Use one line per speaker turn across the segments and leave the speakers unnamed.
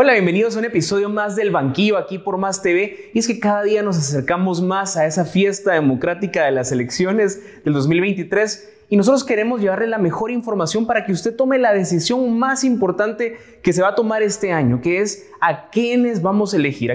Hola, bienvenidos a un episodio más del Banquillo aquí por Más TV. Y es que cada día nos acercamos más a esa fiesta democrática de las elecciones del 2023 y nosotros queremos llevarle la mejor información para que usted tome la decisión más importante que se va a tomar este año, que es a quiénes vamos a elegir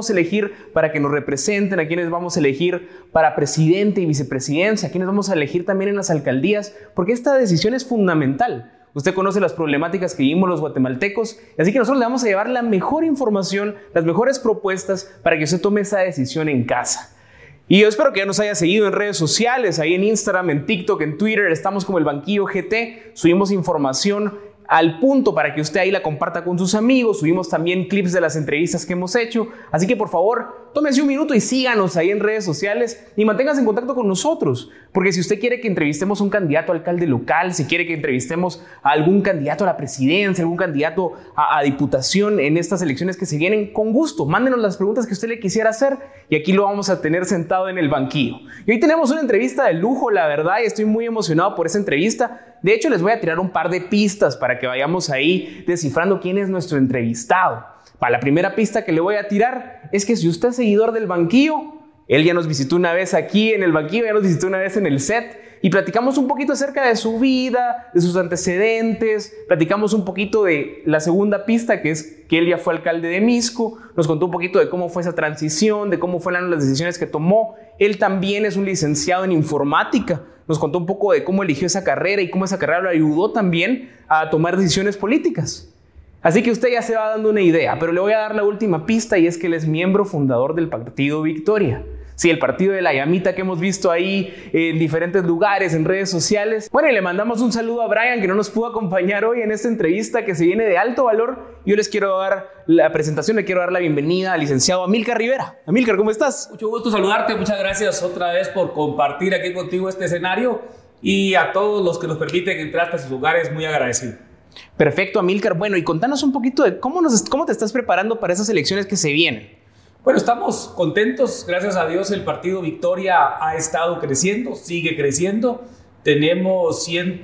para que nos representen, a quiénes vamos a elegir para presidente y vicepresidencia, a quiénes vamos a elegir también en las alcaldías, porque esta decisión es fundamental. Usted conoce las problemáticas que vivimos los guatemaltecos, así que nosotros le vamos a llevar la mejor información, las mejores propuestas para que usted tome esa decisión en casa. Y yo espero que ya nos haya seguido en redes sociales, ahí en Instagram, en TikTok, en Twitter, estamos como El Banquillo GT, subimos información al punto para que usted ahí la comparta con sus amigos, subimos también clips de las entrevistas que hemos hecho, así que por favor, tómese un minuto y síganos ahí en redes sociales y manténgase en contacto con nosotros, porque si usted quiere que entrevistemos a un candidato a alcalde local, si quiere que entrevistemos a algún candidato a la presidencia, algún candidato a diputación en estas elecciones que se vienen, con gusto, mándenos las preguntas que usted le quisiera hacer y aquí lo vamos a tener sentado en el banquillo. Y hoy tenemos una entrevista de lujo, la verdad, y estoy muy emocionado por esa entrevista. De hecho, les voy a tirar un par de pistas para que vayamos ahí descifrando quién es nuestro entrevistado. Para la primera pista que le voy a tirar es que si usted es seguidor del Banquillo, él ya nos visitó una vez aquí en el Banquillo, ya nos visitó una vez en el set y platicamos un poquito acerca de su vida, de sus antecedentes, platicamos un poquito de la segunda pista, que es que él ya fue alcalde de Misco, nos contó un poquito de cómo fue esa transición, de cómo fueron las decisiones que tomó. Él también es un licenciado en informática, nos contó un poco de cómo eligió esa carrera y cómo esa carrera lo ayudó también a tomar decisiones políticas. Así que usted ya se va dando una idea, pero le voy a dar la última pista y es que él es miembro fundador del Partido Victoria. Sí, el partido de la llamita que hemos visto ahí en diferentes lugares, en redes sociales. Bueno, y le mandamos un saludo a Brian, que no nos pudo acompañar hoy en esta entrevista que se viene de alto valor. Yo les quiero dar la presentación, le quiero dar la bienvenida al licenciado Amílcar Rivera. Amílcar, ¿cómo estás?
Mucho gusto saludarte, muchas gracias otra vez por compartir aquí contigo este escenario y a todos los que nos permiten entrar a sus lugares, muy agradecido.
Perfecto, Amílcar. Bueno, y contanos un poquito de cómo te estás preparando para esas elecciones que se vienen.
Bueno, estamos contentos, gracias a Dios el Partido Victoria ha estado creciendo, sigue creciendo. Tenemos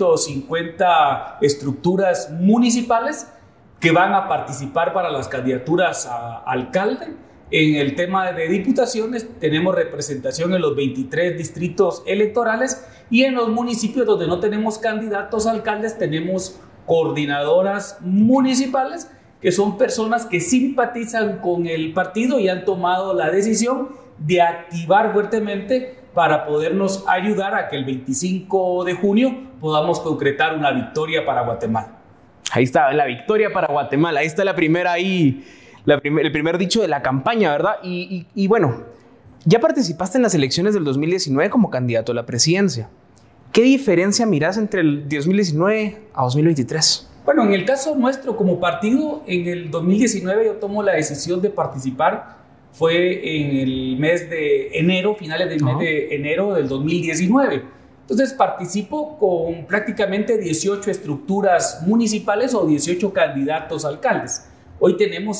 150 estructuras municipales que van a participar para las candidaturas a alcalde. En el tema de diputaciones tenemos representación en los 23 distritos electorales y en los municipios donde no tenemos candidatos a alcaldes tenemos coordinadoras municipales, que son personas que simpatizan con el partido y han tomado la decisión de activar fuertemente para podernos ayudar a que el 25 de junio podamos concretar una victoria para Guatemala.
Ahí está, la victoria para Guatemala. Ahí está la primera, el primer dicho de la campaña, ¿verdad? Y bueno, ya participaste en las elecciones del 2019 como candidato a la presidencia. ¿Qué diferencia mirás entre el 2019 a 2023?
Bueno, en el caso nuestro como partido, en el 2019 yo tomo la decisión de participar, fue en el mes de enero, finales del mes de enero del 2019. Entonces participo con prácticamente 18 estructuras municipales o 18 candidatos a alcaldes. Hoy tenemos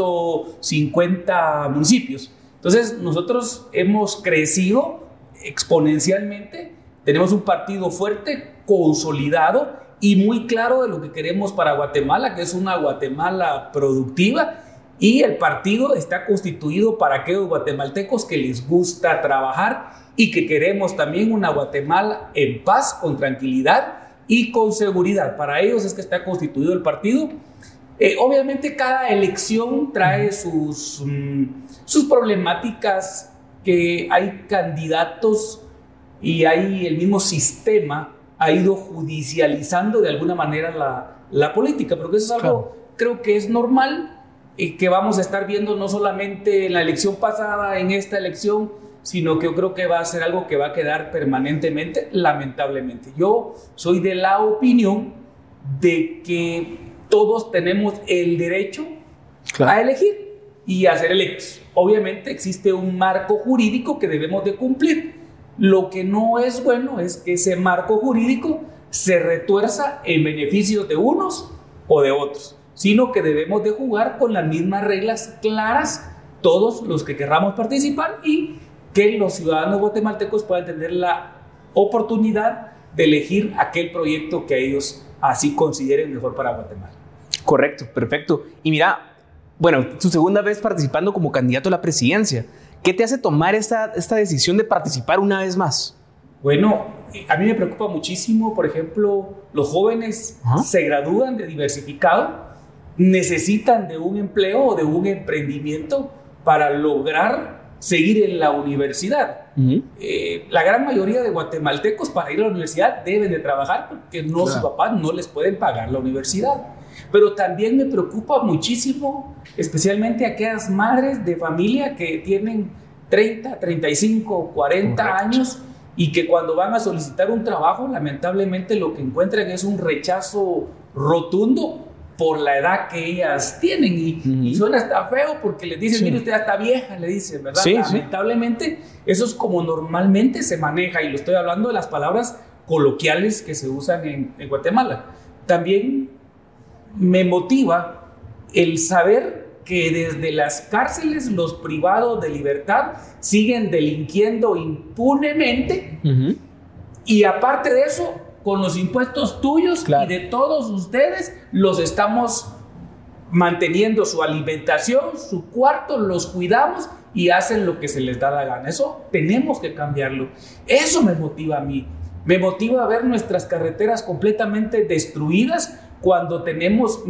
150 municipios. Entonces nosotros hemos crecido exponencialmente, tenemos un partido fuerte, consolidado, y muy claro de lo que queremos para Guatemala, que es una Guatemala productiva, y el partido está constituido para aquellos guatemaltecos que les gusta trabajar y que queremos también una Guatemala en paz, con tranquilidad y con seguridad. Para ellos es que está constituido el partido. Obviamente cada elección trae sus problemáticas, que hay candidatos y hay el mismo sistema ha ido judicializando de alguna manera la política, pero que eso es algo, creo que es normal y que vamos a estar viendo no solamente en la elección pasada, en esta elección, sino que yo creo que va a ser algo que va a quedar permanentemente, lamentablemente. Yo soy de la opinión de que todos tenemos el derecho a elegir y a ser electos. Obviamente existe un marco jurídico que debemos de cumplir. Lo que no es bueno es que ese marco jurídico se retuerza en beneficio de unos o de otros, sino que debemos de jugar con las mismas reglas claras todos los que querramos participar y que los ciudadanos guatemaltecos puedan tener la oportunidad de elegir aquel proyecto que ellos así consideren mejor para Guatemala.
Correcto, perfecto. Y mira, bueno, tu segunda vez participando como candidato a la presidencia. ¿Qué te hace tomar esta decisión de participar una vez más?
Bueno, a mí me preocupa muchísimo, por ejemplo, los jóvenes se gradúan de diversificado, necesitan de un empleo o de un emprendimiento para lograr seguir en la universidad. La gran mayoría de guatemaltecos para ir a la universidad deben de trabajar porque sus papás no les pueden pagar la universidad. Pero también me preocupa muchísimo, especialmente aquellas madres de familia que tienen 30, 35, 40 años y que cuando van a solicitar un trabajo, lamentablemente lo que encuentran es un rechazo rotundo por la edad que ellas tienen. Y suena hasta feo porque les dicen, mire, usted ya está vieja, le dicen, ¿verdad? Lamentablemente, eso es como normalmente se maneja, y lo estoy hablando de las palabras coloquiales que se usan en Guatemala. También me motiva el saber que desde las cárceles los privados de libertad siguen delinquiendo impunemente, y aparte de eso, con los impuestos tuyos y de todos ustedes, los estamos manteniendo su alimentación, su cuarto, los cuidamos y hacen lo que se les da la gana. Eso tenemos que cambiarlo. Eso me motiva a mí. Me motiva a ver nuestras carreteras completamente destruidas cuando tenemos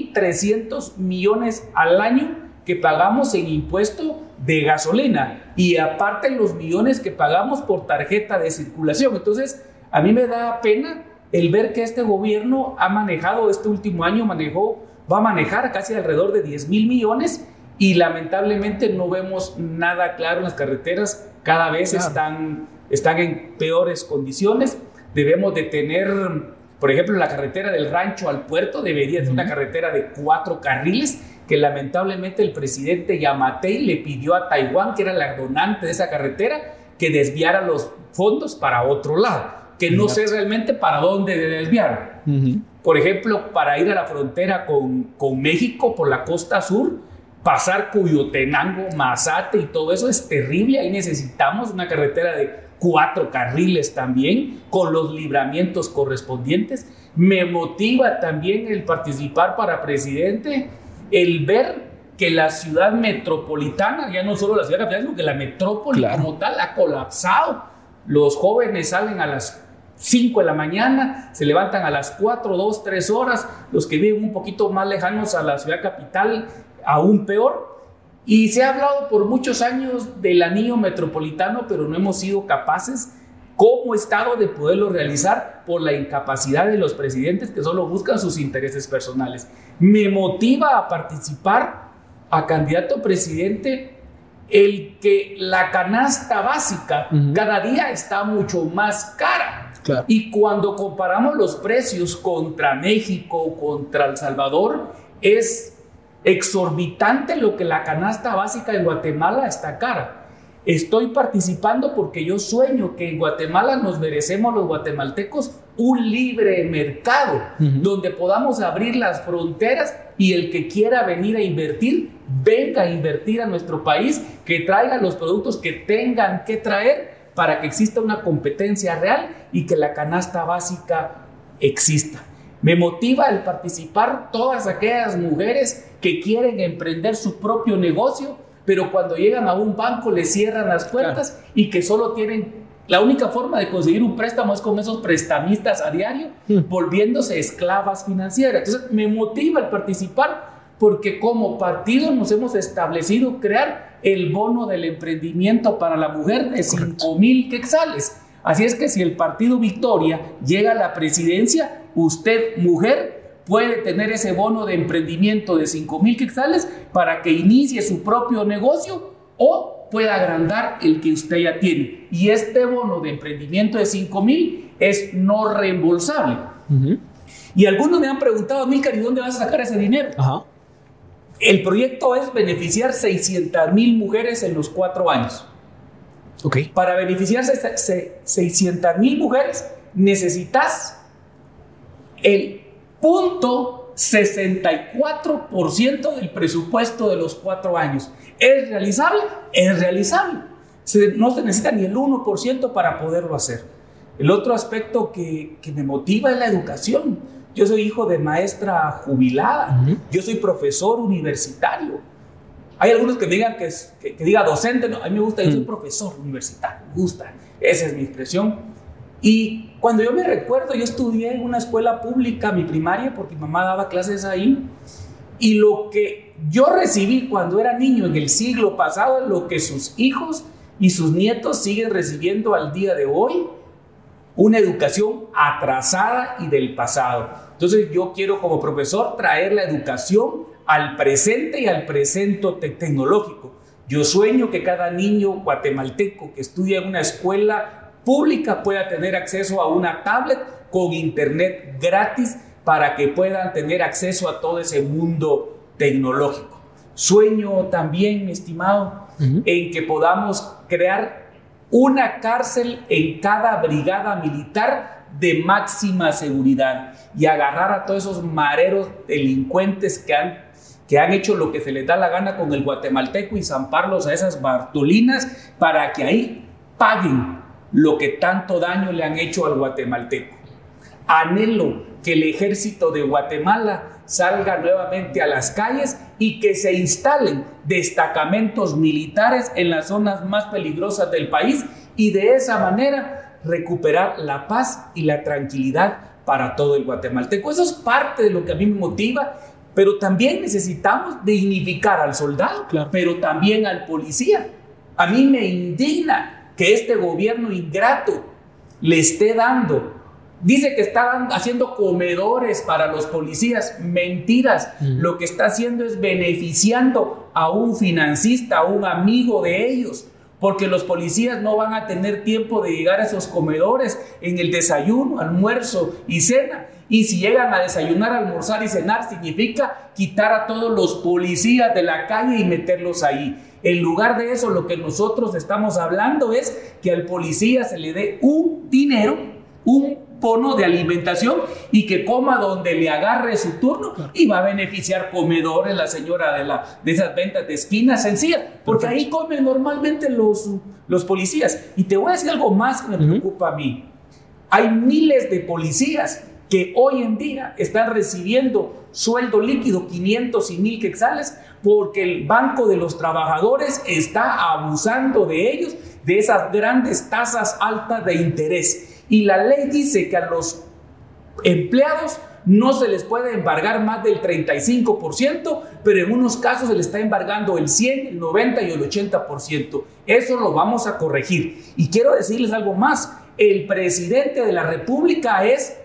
1.300 millones al año que pagamos en impuesto de gasolina, y aparte los millones que pagamos por tarjeta de circulación. Entonces, a mí me da pena el ver que este gobierno ha manejado, este último año va a manejar casi alrededor de 10,000 millones, y lamentablemente no vemos nada claro en las carreteras. Cada vez están en peores condiciones. Debemos de tener, por ejemplo, la carretera del rancho al puerto debería ser una carretera de 4 carriles, que lamentablemente el presidente Yamatei le pidió a Taiwán, que era la donante de esa carretera, que desviara los fondos para otro lado, que no sé realmente para dónde desviar. Por ejemplo, para ir a la frontera con México por la costa sur, pasar Cuyotenango, Mazate y todo eso es terrible. Ahí necesitamos una carretera de 4 carriles también, con los libramientos correspondientes. Me motiva también el participar para presidente, el ver que la ciudad metropolitana, ya no solo la ciudad capital, sino que la metrópoli como tal ha colapsado. Los jóvenes salen a las 5 de la mañana, se levantan a las 4, 2, 3 horas. Los que viven un poquito más lejanos a la ciudad capital, aún peor. Y se ha hablado por muchos años del anillo metropolitano, pero no hemos sido capaces como Estado de poderlo realizar por la incapacidad de los presidentes que solo buscan sus intereses personales. Me motiva a participar a candidato a presidente el que la canasta básica cada día está mucho más cara. Y cuando comparamos los precios contra México, contra El Salvador, es exorbitante lo que la canasta básica en Guatemala está cara. Estoy participando porque yo sueño que en Guatemala nos merecemos los guatemaltecos un libre mercado, donde podamos abrir las fronteras y el que quiera venir a invertir, venga a invertir a nuestro país, que traiga los productos que tengan que traer para que exista una competencia real y que la canasta básica exista. Me motiva el participar todas aquellas mujeres que quieren emprender su propio negocio, pero cuando llegan a un banco les cierran las puertas y que solo tienen, la única forma de conseguir un préstamo es con esos prestamistas a diario, volviéndose esclavas financieras. Entonces me motiva el participar porque como partido nos hemos establecido crear el bono del emprendimiento para la mujer de 5,000 quetzales. Así es que si el partido Victoria llega a la presidencia, usted, mujer, puede tener ese bono de emprendimiento de 5,000 quetzales para que inicie su propio negocio o pueda agrandar el que usted ya tiene. Y este bono de emprendimiento de 5,000 es no reembolsable. Y algunos me han preguntado, Amílcar, ¿y dónde vas a sacar ese dinero? El proyecto es beneficiar 600,000 mujeres en los 4 años. Para beneficiarse 600,000 mujeres necesitas el 0.64% del presupuesto de los 4 años. ¿Es realizable? Es realizable. No se necesita ni el 1% para poderlo hacer. El otro aspecto que me motiva es la educación. yo soy hijo de maestra jubilada, yo soy profesor universitario. Hay algunos que me digan que diga docente, no, a mí me gusta, yo soy profesor universitario, me gusta, esa es mi expresión. Y cuando yo me recuerdo, yo estudié en una escuela pública, mi primaria, porque mi mamá daba clases ahí, y lo que yo recibí cuando era niño en el siglo pasado es lo que sus hijos y sus nietos siguen recibiendo al día de hoy, una educación atrasada y del pasado. Entonces yo quiero como profesor traer la educación al presente y al presente tecnológico. Yo sueño que cada niño guatemalteco que estudia en una escuela pública pueda tener acceso a una tablet con internet gratis para que puedan tener acceso a todo ese mundo tecnológico. Sueño también, mi estimado, en que podamos crear una cárcel en cada brigada militar de máxima seguridad y agarrar a todos esos mareros delincuentes que han hecho lo que se les da la gana con el guatemalteco y zamparlos a esas Bartolinas para que ahí paguen lo que tanto daño le han hecho al guatemalteco. Anhelo que el ejército de Guatemala salga nuevamente a las calles y que se instalen destacamentos militares en las zonas más peligrosas del país y de esa manera recuperar la paz y la tranquilidad para todo el guatemalteco. Eso es parte de lo que a mí me motiva, pero también necesitamos dignificar al soldado, claro, pero también al policía. A mí me indigna que este gobierno ingrato le esté dando, dice que está haciendo comedores para los policías. Mentiras. Lo que está haciendo es beneficiando a un financista, a un amigo de ellos, porque los policías no van a tener tiempo de llegar a esos comedores en el desayuno, almuerzo y cena. Y si llegan a desayunar, almorzar y cenar, significa quitar a todos los policías de la calle y meterlos ahí. En lugar de eso, lo que nosotros estamos hablando es que al policía se le dé un dinero, un bono de alimentación y que coma donde le agarre su turno, y va a beneficiar comedores, la señora de esas ventas de esquina sencillas, porque ahí comen normalmente los policías. Y te voy a decir algo más que me preocupa a mí. Hay miles de policías que hoy en día están recibiendo sueldo líquido, 500 y 1000 quetzales, porque el Banco de los Trabajadores está abusando de ellos, de esas grandes tasas altas de interés. Y la ley dice que a los empleados no se les puede embargar más del 35%, pero en unos casos se les está embargando el 100, el 90 y el 80%. Eso lo vamos a corregir. Y quiero decirles algo más. El presidente de la República es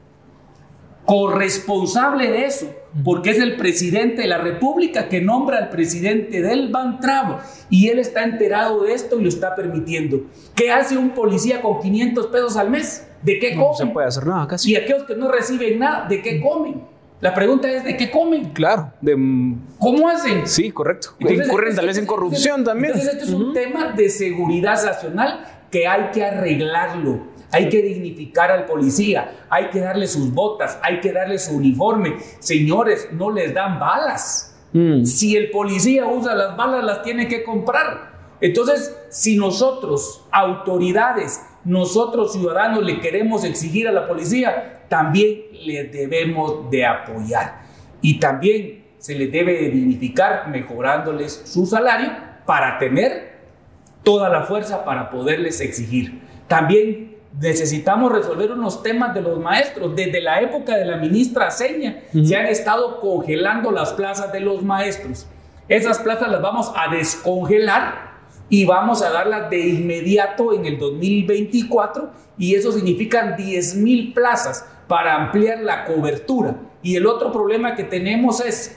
corresponsable de eso, porque es el presidente de la República que nombra al presidente del Bantravo, y él está enterado de esto y lo está permitiendo. ¿Qué hace un policía con 500 pesos al mes? ¿De qué comen?
No se puede hacer nada casi.
Y aquellos que no reciben nada, ¿de qué comen? La pregunta es, ¿de qué comen?
Claro.
¿Cómo hacen?
Sí, correcto. Entonces, incurren tal vez en corrupción también.
Entonces esto es un tema de seguridad nacional que hay que arreglarlo. Hay que dignificar al policía, hay que darle sus botas, hay que darle su uniforme. Señores, no les dan balas. Si el policía usa las balas, las tiene que comprar. Entonces, si nosotros, autoridades, nosotros ciudadanos, le queremos exigir a la policía, también le debemos de apoyar. Y también se les debe de dignificar mejorándoles su salario para tener toda la fuerza para poderles exigir. También necesitamos resolver unos temas de los maestros. Desde la época de la ministra Seña se han estado congelando las plazas de los maestros. Esas plazas las vamos a descongelar y vamos a darlas de inmediato en el 2024, y eso significa 10,000 plazas para ampliar la cobertura. Y el otro problema que tenemos es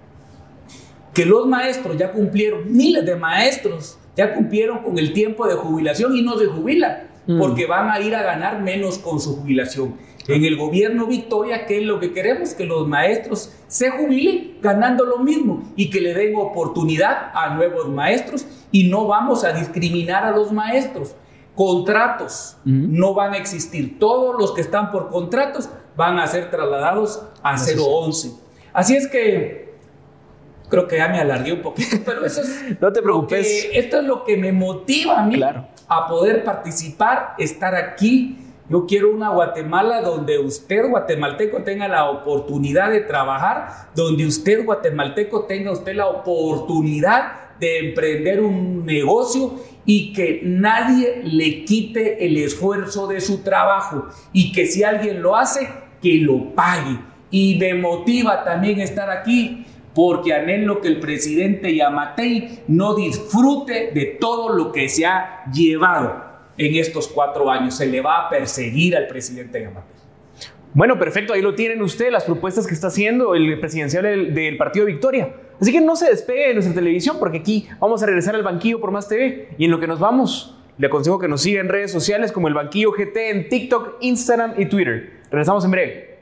que los maestros ya cumplieron, miles de maestros ya cumplieron con el tiempo de jubilación y no se jubilan, porque van a ir a ganar menos con su jubilación. En el gobierno Victoria, ¿qué es lo que queremos? Que los maestros se jubilen ganando lo mismo y que le den oportunidad a nuevos maestros, y no vamos a discriminar a los maestros. Contratos no van a existir. Todos los que están por contratos van a ser trasladados a 011. Así es que creo que ya me alargué un poquito, pero eso es
no te preocupes.
Esto es lo que me motiva a mí,
claro,
a poder participar, estar aquí Yo quiero una Guatemala donde usted, guatemalteco, tenga la oportunidad de trabajar, donde usted, guatemalteco, tenga usted la oportunidad de emprender un negocio y que nadie le quite el esfuerzo de su trabajo y que si alguien lo hace, que lo pague. Y me motiva también estar aquí porque anhelo que el presidente Yamatei no disfrute de todo lo que se ha llevado en estos 4 años. Se le va a perseguir al presidente Yamatei.
Bueno, perfecto, ahí lo tienen ustedes, las propuestas que está haciendo el presidencial del Partido Victoria. Así que no se despegue de nuestra televisión, porque aquí vamos a regresar al Banquillo por Más TV. Y en lo que nos vamos, le aconsejo que nos siga en redes sociales como el Banquillo GT en TikTok, Instagram y Twitter. Regresamos en breve.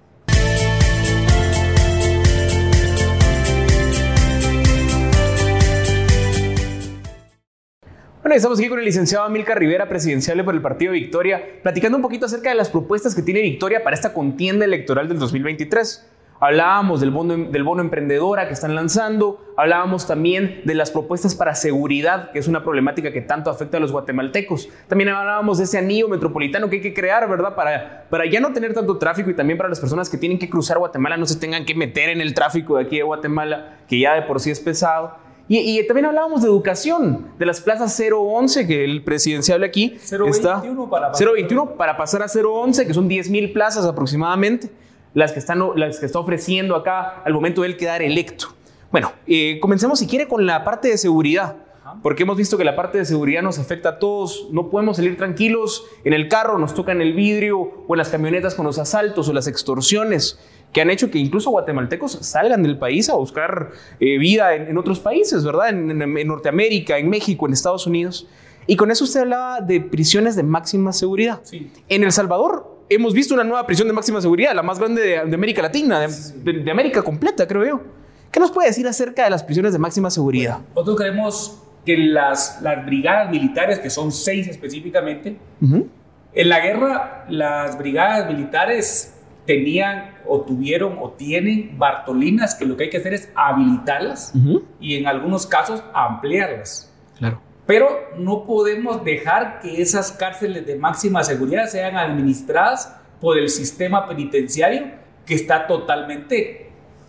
Bueno, estamos aquí con el licenciado Amílcar Rivera, presidenciable por el Partido Victoria, platicando un poquito acerca de las propuestas que tiene Victoria para esta contienda electoral del 2023. Hablábamos del bono emprendedora que están lanzando, hablábamos también de las propuestas para seguridad, que es una problemática que tanto afecta a los guatemaltecos. También hablábamos de ese anillo metropolitano que hay que crear, ¿verdad? Para ya no tener tanto tráfico y también para las personas que tienen que cruzar Guatemala no se tengan que meter en el tráfico de aquí de Guatemala, que ya de por sí es pesado. Y también hablábamos de educación, de las plazas 011, que el presidenciable aquí
021
para pasar a 011, que son 10,000 plazas aproximadamente, las que está ofreciendo acá al momento de él quedar electo. Bueno, comencemos si quiere con la parte de seguridad, porque hemos visto que la parte de seguridad nos afecta a todos. No podemos salir tranquilos en el carro, nos tocan el vidrio o en las camionetas con los asaltos o las extorsiones, que han hecho que incluso guatemaltecos salgan del país a buscar vida en otros países, ¿verdad? En Norteamérica, en México, en Estados Unidos. Y con eso usted hablaba de prisiones de máxima seguridad.
Sí.
En El Salvador hemos visto una nueva prisión de máxima seguridad, la más grande de América Latina, de América completa, creo yo. ¿Qué nos puede decir acerca de las prisiones de máxima seguridad?
Bueno, nosotros creemos que las brigadas militares, que son 6 específicamente, en la guerra las brigadas militares tenían o tuvieron o tienen Bartolinas, que lo que hay que hacer es habilitarlas y en algunos casos ampliarlas.
Claro.
Pero no podemos dejar que esas cárceles de máxima seguridad sean administradas por el sistema penitenciario, que está totalmente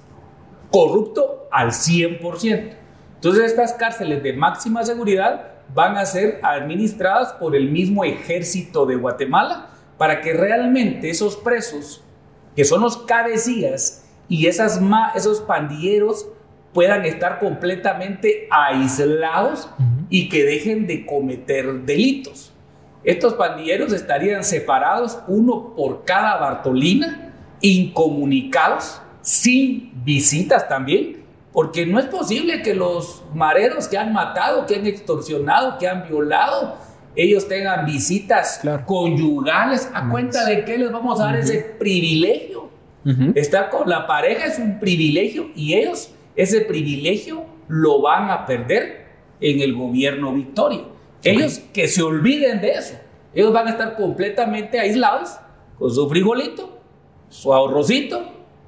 corrupto al 100%. Entonces estas cárceles de máxima seguridad van a ser administradas por el mismo Ejército de Guatemala, para que realmente esos presos, que son los cabecillas, y esos pandilleros puedan estar completamente aislados y que dejen de cometer delitos. Estos pandilleros estarían separados, uno por cada Bartolina, incomunicados, sin visitas también, porque no es posible que los mareros que han matado, que han extorsionado, que han violado, ellos tengan visitas conyugales. ¿A cuenta de qué les vamos a dar ese privilegio? Estar con la pareja es un privilegio y ellos ese privilegio lo van a perder en el gobierno Victoria. Ellos que se olviden de eso. Ellos van a estar completamente aislados con su frijolito, su arrocito,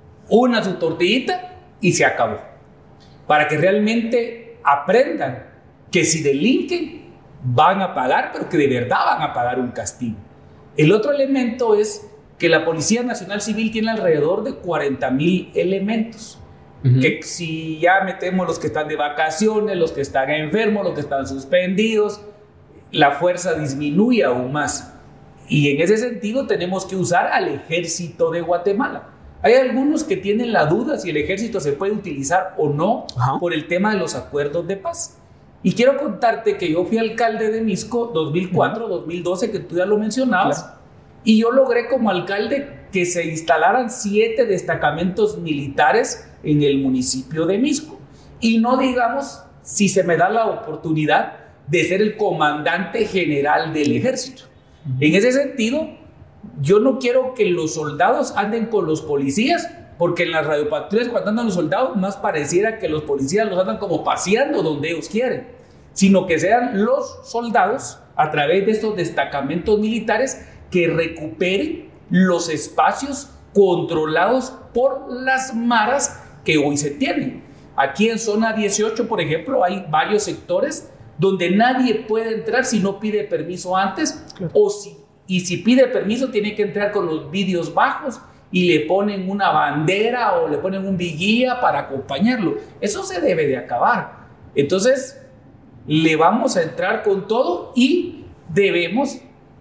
su tortillita y se acabó. Para que realmente aprendan que si delinquen van a pagar, pero que de verdad van a pagar un castigo. El otro elemento es que la Policía Nacional Civil tiene alrededor de 40,000 elementos. Que si ya metemos los que están de vacaciones, los que están enfermos, los que están suspendidos, la fuerza disminuye aún más. Y en ese sentido tenemos que usar al Ejército de Guatemala. Hay algunos que tienen la duda si el ejército se puede utilizar o no por el tema de los acuerdos de paz. Y quiero contarte que yo fui alcalde de Misco 2004-2012, que tú ya lo mencionabas, y yo logré como alcalde que se instalaran 7 destacamentos militares en el municipio de Misco. Y no digamos si se me da la oportunidad de ser el comandante general del ejército. En ese sentido, yo no quiero que los soldados anden con los policías, porque en las radiopatrullas cuando andan los soldados más pareciera que los policías los andan como paseando donde ellos quieren, sino que sean los soldados a través de estos destacamentos militares que recuperen los espacios controlados por las maras que hoy se tienen. Aquí en zona 18, por ejemplo, hay varios sectores donde nadie puede entrar si no pide permiso antes o si y si pide permiso tiene que entrar con los vidrios bajos y le ponen una bandera o le ponen un vigía para acompañarlo. Eso se debe de acabar. Entonces, le vamos a entrar con todo y debemos,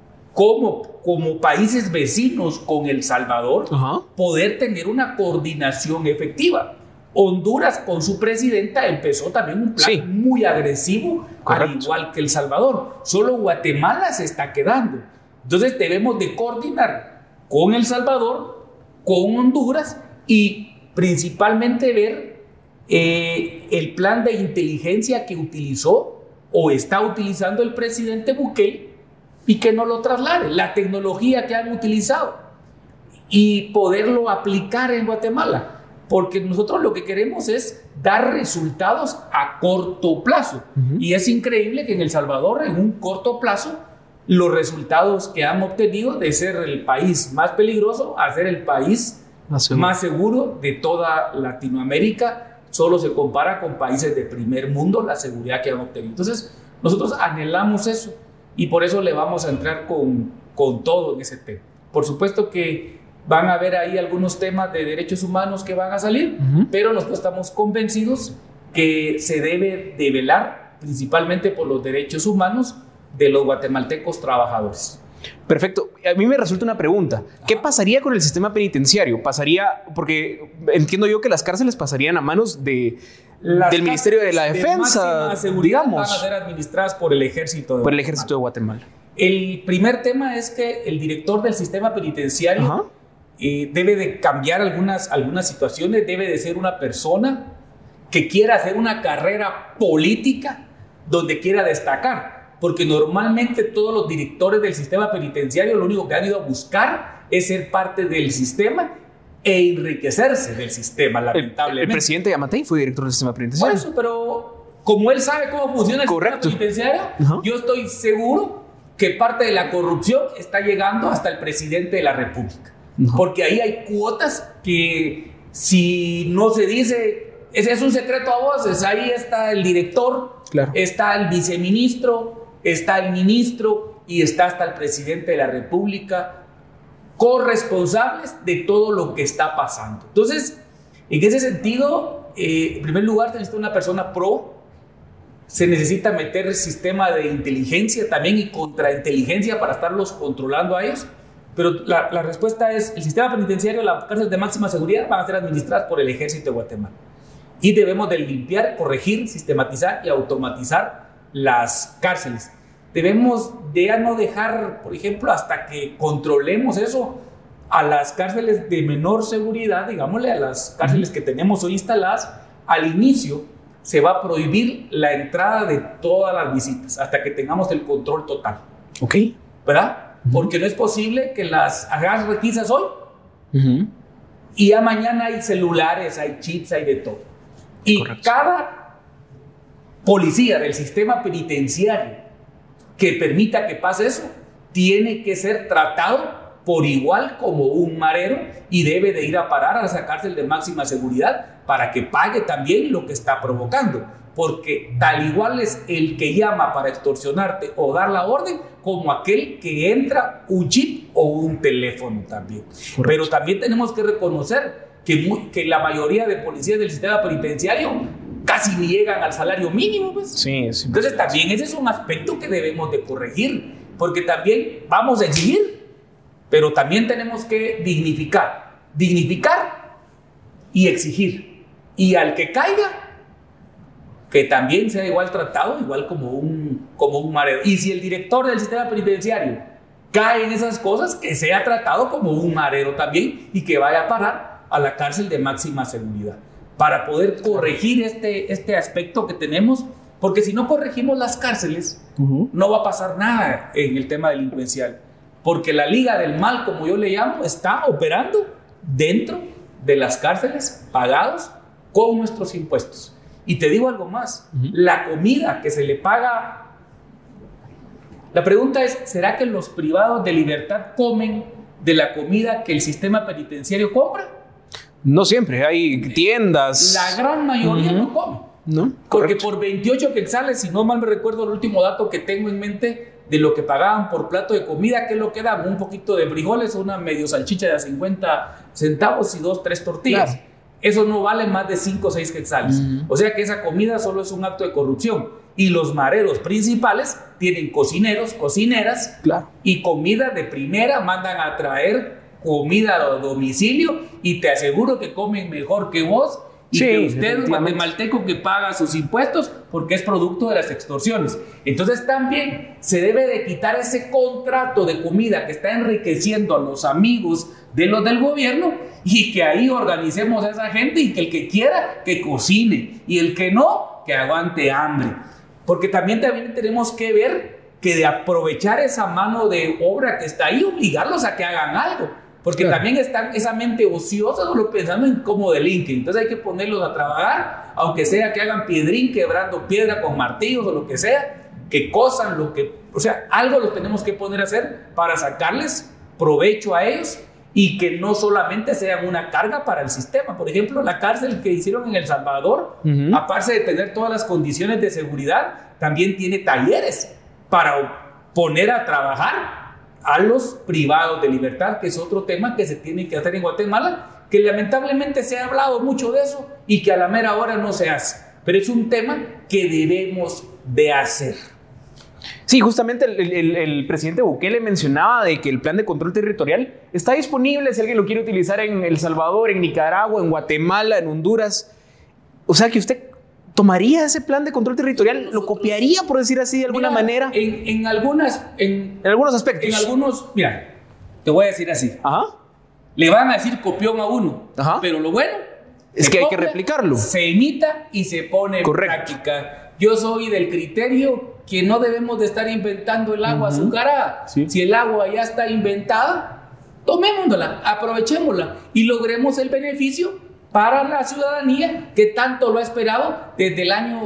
como países vecinos con El Salvador, poder tener una coordinación efectiva. Honduras, con su presidenta, empezó también un plan muy agresivo, al igual que El Salvador. Solo Guatemala se está quedando. Entonces debemos de coordinar con El Salvador, con Honduras y principalmente ver el plan de inteligencia que utilizó o está utilizando el presidente Bukele y que no lo traslade, la tecnología que han utilizado y poderlo aplicar en Guatemala. Porque nosotros lo que queremos es dar resultados a corto plazo. Y es increíble que en El Salvador, en un corto plazo, los resultados que han obtenido de ser el país más peligroso a ser el país más seguro de toda Latinoamérica, solo se compara con países de primer mundo la seguridad que han obtenido. Entonces, nosotros anhelamos eso y por eso le vamos a entrar con todo en ese tema. Por supuesto que van a haber ahí algunos temas de derechos humanos que van a salir, pero nosotros estamos convencidos que se debe de velar principalmente por los derechos humanos de los guatemaltecos trabajadores.
Perfecto. A mí me resulta una pregunta. ¿Qué pasaría con el sistema penitenciario? Porque entiendo yo que las cárceles pasarían a manos del Ministerio de la Defensa,
digamos. Van a ser administradas por el Ejército
de Guatemala.
El primer tema es que el director del sistema penitenciario debe de cambiar algunas situaciones, debe de ser una persona que quiera hacer una carrera política donde quiera destacar. Porque normalmente todos los directores del sistema penitenciario lo único que han ido a buscar es ser parte del sistema e enriquecerse del sistema, lamentablemente.
El presidente Yamatei fue director del sistema penitenciario.
Por eso, pero como él sabe cómo funciona el sistema penitenciario, yo estoy seguro que parte de la corrupción está llegando hasta el presidente de la República. Porque ahí hay cuotas que si no se dice, ese es un secreto a voces, ahí está el director, está el viceministro, está el ministro y está hasta el presidente de la República, corresponsables de todo lo que está pasando. Entonces, en ese sentido, en primer lugar, se necesita una persona pro, se necesita meter el sistema de inteligencia también y contrainteligencia para estarlos controlando a ellos, pero la respuesta es, el sistema penitenciario, las cárceles de máxima seguridad van a ser administradas por el Ejército de Guatemala y debemos de limpiar, corregir, sistematizar y automatizar las cárceles. Debemos de ya no dejar, por ejemplo, hasta que controlemos eso, a las cárceles de menor seguridad, digámosle, a las cárceles que tenemos hoy instaladas, al inicio se va a prohibir la entrada de todas las visitas hasta que tengamos el control total. ¿Verdad? Porque no es posible que las hagas requisas hoy y ya mañana hay celulares, hay chips, hay de todo. Y cada policía del sistema penitenciario que permita que pase eso, tiene que ser tratado por igual como un marero y debe de ir a parar a esa cárcel de máxima seguridad para que pague también lo que está provocando. Porque tal igual es el que llama para extorsionarte o dar la orden como aquel que entra un chip o un teléfono también. Pero también tenemos que reconocer que la mayoría de policías del sistema penitenciario casi ni llegan al salario mínimo, pues. Entonces también ese es un aspecto que debemos de corregir, porque también vamos a exigir, pero también tenemos que dignificar y exigir, y al que caiga que también sea igual tratado, igual como un marero. Y si el director del sistema penitenciario cae en esas cosas, que sea tratado como un marero también y que vaya a parar a la cárcel de máxima seguridad, para poder corregir este aspecto que tenemos, porque si no corregimos las cárceles, no va a pasar nada en el tema delincuencial, porque la Liga del Mal, como yo le llamo, está operando dentro de las cárceles, pagados con nuestros impuestos. Y te digo algo más, la comida que se le paga, la pregunta es, ¿será que los privados de libertad comen de la comida que el sistema penitenciario compra?
No siempre, hay tiendas.
La gran mayoría no come.
¿No?
Porque por 28 quetzales, si no mal me recuerdo el último dato que tengo en mente, de lo que pagaban por plato de comida, ¿qué es lo que daban? Un poquito de frijoles, una medio salchicha de 50 centavos y 2, 3 tortillas. Claro. Eso no vale más de 5 o 6 quetzales. O sea que esa comida solo es un acto de corrupción. Y los mareros principales tienen cocineros, cocineras, claro, y comida de primera, mandan a traer comida a domicilio y te aseguro que comen mejor que vos y sí, que usted, guatemalteco, que paga sus impuestos porque es producto de las extorsiones. Entonces también se debe de quitar ese contrato de comida que está enriqueciendo a los amigos de los del gobierno y que ahí organicemos a esa gente y que el que quiera que cocine y el que no, que aguante hambre. Porque también tenemos que ver que de aprovechar esa mano de obra que está ahí, obligarlos a que hagan algo. Porque claro, también están esa mente ociosa solo pensando en cómo delinquen. Entonces hay que ponerlos a trabajar, aunque sea que hagan piedrín, quebrando piedra con martillos o lo que sea, que cosan lo que... O sea, algo los tenemos que poner a hacer para sacarles provecho a ellos y que no solamente sean una carga para el sistema. Por ejemplo, la cárcel que hicieron en El Salvador, aparte de tener todas las condiciones de seguridad, también tiene talleres para poner a trabajar a los privados de libertad, que es otro tema que se tiene que hacer en Guatemala, que lamentablemente se ha hablado mucho de eso y que a la mera hora no se hace. Pero es un tema que debemos de hacer.
Sí, justamente el presidente Bukele mencionaba de que el plan de control territorial está disponible si alguien lo quiere utilizar en El Salvador, en Nicaragua, en Guatemala, en Honduras. O sea que usted tomaría ese plan de control territorial, lo copiaría, por decir así, de alguna manera.
En algunos aspectos. En algunos, mira, te voy a decir así. Ajá. Le van a decir copión a uno. Ajá. Pero lo bueno
es que hay que replicarlo.
Se imita y se pone en práctica. Yo soy del criterio que no debemos de estar inventando el agua azucarada. Sí. Si el agua ya está inventada, tomémosla, aprovechémosla y logremos el beneficio para la ciudadanía que tanto lo ha esperado desde el año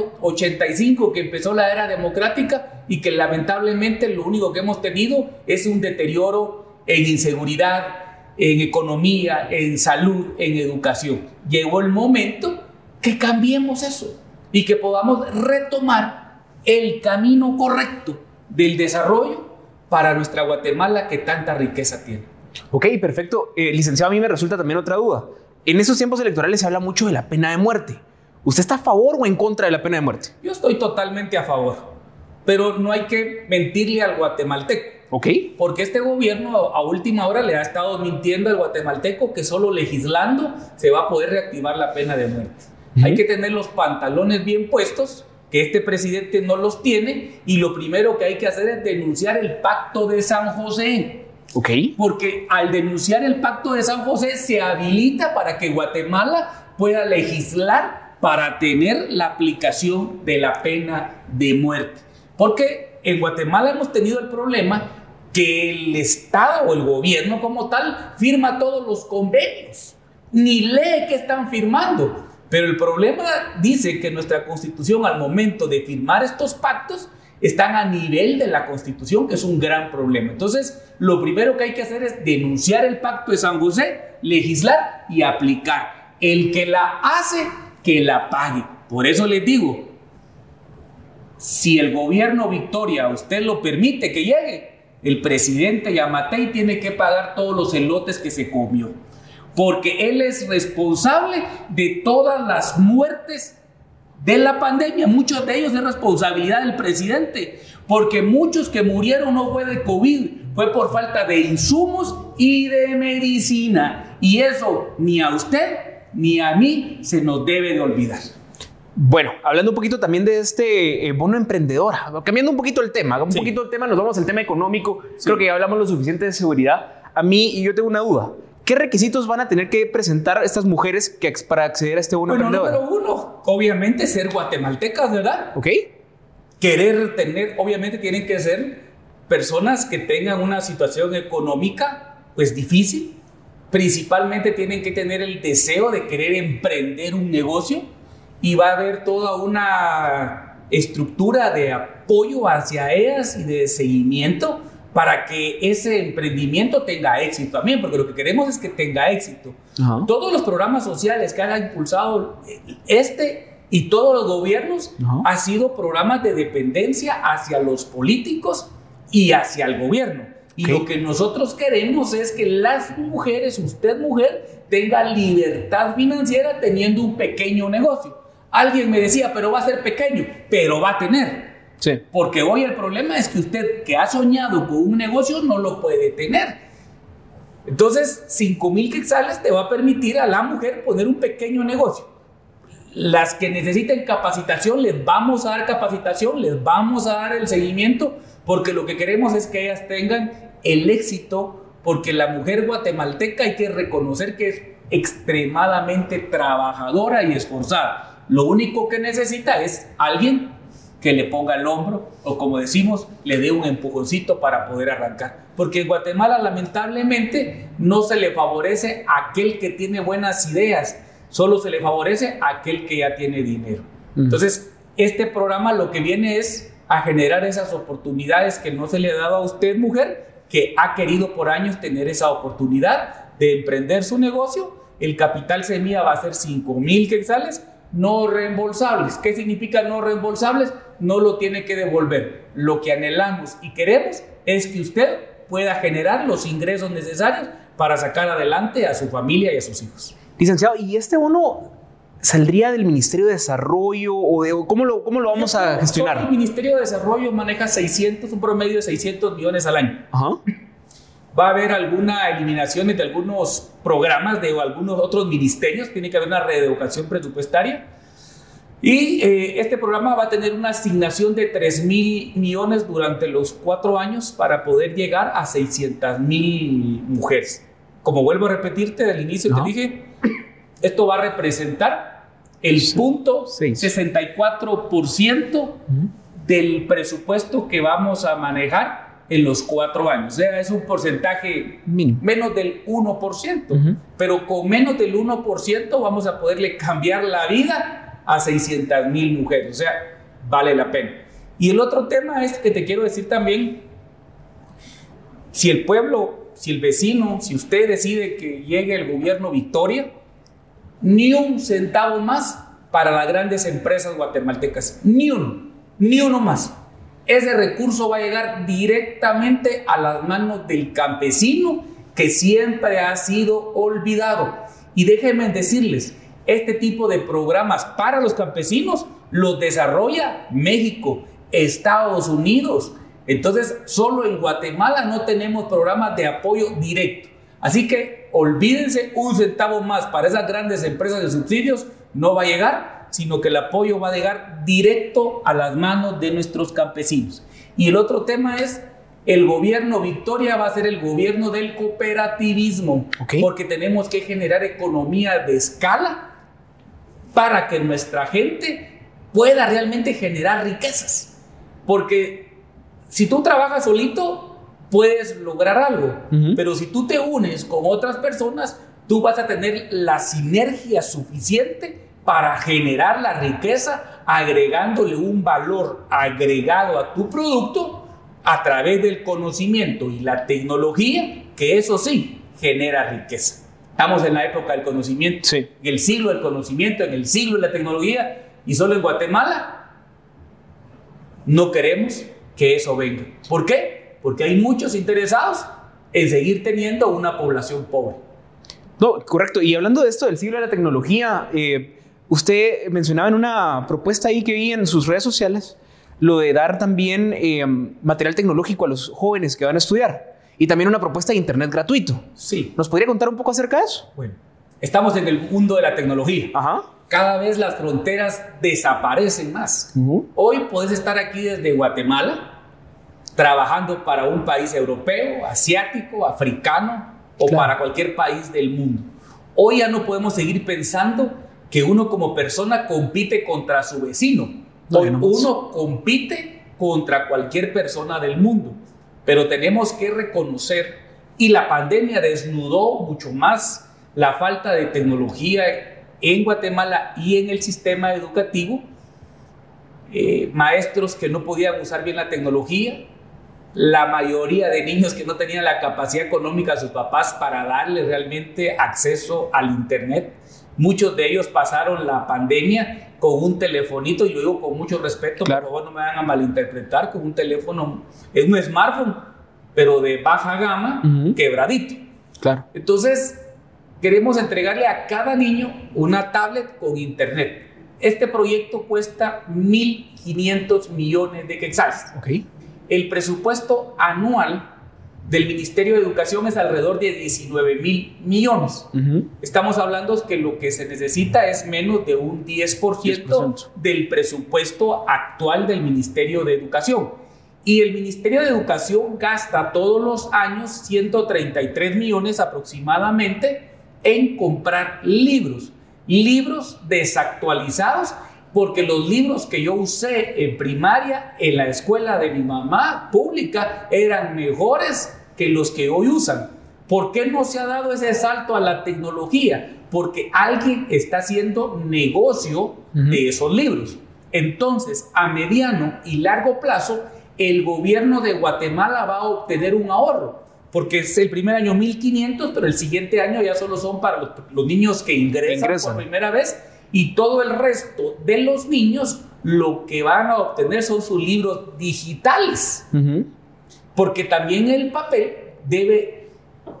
85 que empezó la era democrática y que lamentablemente lo único que hemos tenido es un deterioro en inseguridad, en economía, en salud, en educación. Llegó el momento que cambiemos eso y que podamos retomar el camino correcto del desarrollo para nuestra Guatemala que tanta riqueza tiene.
Ok, perfecto. Licenciado, a mí me resulta también otra duda. En esos tiempos electorales se habla mucho de la pena de muerte. ¿Usted está a favor o en contra de la pena de muerte?
Yo estoy totalmente a favor, pero no hay que mentirle al guatemalteco.
Ok.
Porque este gobierno a última hora le ha estado mintiendo al guatemalteco que solo legislando se va a poder reactivar la pena de muerte. Hay que tener los pantalones bien puestos, que este presidente no los tiene, y lo primero que hay que hacer es denunciar el Pacto de San José.
Okay.
Porque al denunciar el Pacto de San José se habilita para que Guatemala pueda legislar para tener la aplicación de la pena de muerte. Porque en Guatemala hemos tenido el problema que el Estado o el gobierno como tal firma todos los convenios, ni lee qué están firmando. Pero el problema dice que nuestra Constitución al momento de firmar estos pactos están a nivel de la Constitución, que es un gran problema. Entonces, lo primero que hay que hacer es denunciar el Pacto de San José, legislar y aplicar. El que la hace, que la pague. Por eso les digo, si el gobierno Victoria usted lo permite que llegue, el presidente Yamatei tiene que pagar todos los elotes que se comió. Porque él es responsable de todas las muertes de la pandemia. Muchos de ellos es responsabilidad del presidente, porque muchos que murieron no fue de COVID, fue por falta de insumos y de medicina. Y eso ni a usted ni a mí se nos debe de olvidar.
Bueno, hablando un poquito también de este bono emprendedor, cambiando un poquito el tema, nos vamos al tema económico. Sí. Creo que ya hablamos lo suficiente de seguridad. A mí, y yo tengo una duda. ¿Qué requisitos van a tener que presentar estas mujeres para acceder a este bono emprendedor?
Número uno, obviamente ser guatemaltecas, ¿verdad?
Ok.
Obviamente tienen que ser personas que tengan una situación económica, pues difícil. Principalmente tienen que tener el deseo de querer emprender un negocio y va a haber toda una estructura de apoyo hacia ellas y de seguimiento para que ese emprendimiento tenga éxito también, porque lo que queremos es que tenga éxito. Uh-huh. Todos los programas sociales que han impulsado y todos los gobiernos han sido programas de dependencia hacia los políticos y hacia el gobierno. Y lo que nosotros queremos es que las mujeres, usted mujer, tenga libertad financiera teniendo un pequeño negocio. Alguien me decía, pero va a ser pequeño, pero va a tener.
Sí.
Porque hoy el problema es que usted que ha soñado con un negocio no lo puede tener. Entonces, 5,000 quetzales te va a permitir a la mujer poner un pequeño negocio. Las que necesiten capacitación, les vamos a dar capacitación, les vamos a dar el seguimiento, porque lo que queremos es que ellas tengan el éxito, porque la mujer guatemalteca hay que reconocer que es extremadamente trabajadora y esforzada. Lo único que necesita es alguien que le ponga el hombro, o como decimos, le dé un empujoncito para poder arrancar. Porque en Guatemala, lamentablemente, no se le favorece a aquel que tiene buenas ideas, solo se le favorece a aquel que ya tiene dinero. Entonces, este programa lo que viene es a generar esas oportunidades que no se le ha dado a usted, mujer, que ha querido por años tener esa oportunidad de emprender su negocio. El capital semilla va a ser 5,000 quetzales no reembolsables. ¿Qué significa no reembolsables? No lo tiene que devolver. Lo que anhelamos y queremos es que usted pueda generar los ingresos necesarios para sacar adelante a su familia y a sus hijos.
Licenciado, ¿y este bono saldría del Ministerio de Desarrollo o de cómo lo vamos a gestionar?
El Ministerio de Desarrollo maneja un promedio de 600 millones al año.
Ajá.
Va a haber alguna eliminación de algunos programas de algunos otros ministerios, tiene que haber una reeducación presupuestaria. Y este programa va a tener una asignación de 3,000 millones durante los 4 años para poder llegar a 600,000 mujeres. Como vuelvo a repetirte del inicio, te dije, esto va a representar el punto 64% del presupuesto que vamos a manejar en los 4 años. O sea, es un porcentaje menos del 1%. Pero con menos del 1% vamos a poderle cambiar la vida a 600,000 mujeres. O sea, vale la pena. Y el otro tema es que te quiero decir también, si el pueblo, si el vecino, si usted decide que llegue el gobierno Victoria, ni un centavo más para las grandes empresas guatemaltecas. Ni uno más. Ese recurso va a llegar directamente a las manos del campesino, que siempre ha sido olvidado. Y déjenme decirles, este tipo de programas para los campesinos los desarrolla México, Estados Unidos. Entonces, solo en Guatemala no tenemos programas de apoyo directo. Así que olvídense, un centavo más para esas grandes empresas de subsidios no va a llegar, sino que el apoyo va a llegar directo a las manos de nuestros campesinos. Y el otro tema es, el gobierno Victoria va a ser el gobierno del cooperativismo, porque tenemos que generar economía de escala para que nuestra gente pueda realmente generar riquezas. Porque si tú trabajas solito, puedes lograr algo, pero si tú te unes con otras personas, tú vas a tener la sinergia suficiente para generar la riqueza, agregándole un valor agregado a tu producto a través del conocimiento y la tecnología, que eso sí, genera riqueza. Estamos en la época del conocimiento, en el siglo del conocimiento, en el siglo de la tecnología, y solo en Guatemala no queremos que eso venga. ¿Por qué? Porque hay muchos interesados en seguir teniendo una población pobre.
No, correcto. Y hablando de esto del siglo de la tecnología, usted mencionaba en una propuesta ahí que vi en sus redes sociales lo de dar también material tecnológico a los jóvenes que van a estudiar y también una propuesta de internet gratuito.
Sí.
¿Nos podría contar un poco acerca de eso?
Bueno, estamos en el mundo de la tecnología.
Ajá.
Cada vez las fronteras desaparecen más. Hoy puedes estar aquí desde Guatemala trabajando para un país europeo, asiático, africano o para cualquier país del mundo. Hoy ya no podemos seguir pensando que uno como persona compite contra su vecino. Hoy uno compite contra cualquier persona del mundo. Pero tenemos que reconocer, y la pandemia desnudó mucho más la falta de tecnología en Guatemala y en el sistema educativo. Maestros que no podían usar bien la tecnología, la mayoría de niños que no tenían la capacidad económica de sus papás para darles realmente acceso al internet. Muchos de ellos pasaron la pandemia con un telefonito, y lo digo con mucho respeto,
claro.
Por favor no me van a malinterpretar, con un teléfono, es un smartphone, pero de baja gama, quebradito.
Claro.
Entonces, queremos entregarle a cada niño una tablet con internet. Este proyecto cuesta 1.500 millones de quetzales.
Okay.
El presupuesto anual del Ministerio de Educación es alrededor de 19.000 millones. Estamos hablando que lo que se necesita es menos de un 10% del presupuesto actual del Ministerio de Educación. Y el Ministerio de Educación gasta todos los años 133 millones aproximadamente en comprar libros desactualizados, porque los libros que yo usé en primaria en la escuela de mi mamá pública eran mejores que los que hoy usan. ¿Por qué no se ha dado ese salto a la tecnología? Porque alguien está haciendo negocio de esos libros. Entonces, a mediano y largo plazo, el gobierno de Guatemala va a obtener un ahorro, porque es el primer año 1.500, pero el siguiente año ya solo son para los niños que ingresan por primera vez, y todo el resto de los niños lo que van a obtener son sus libros digitales. Porque también el papel debe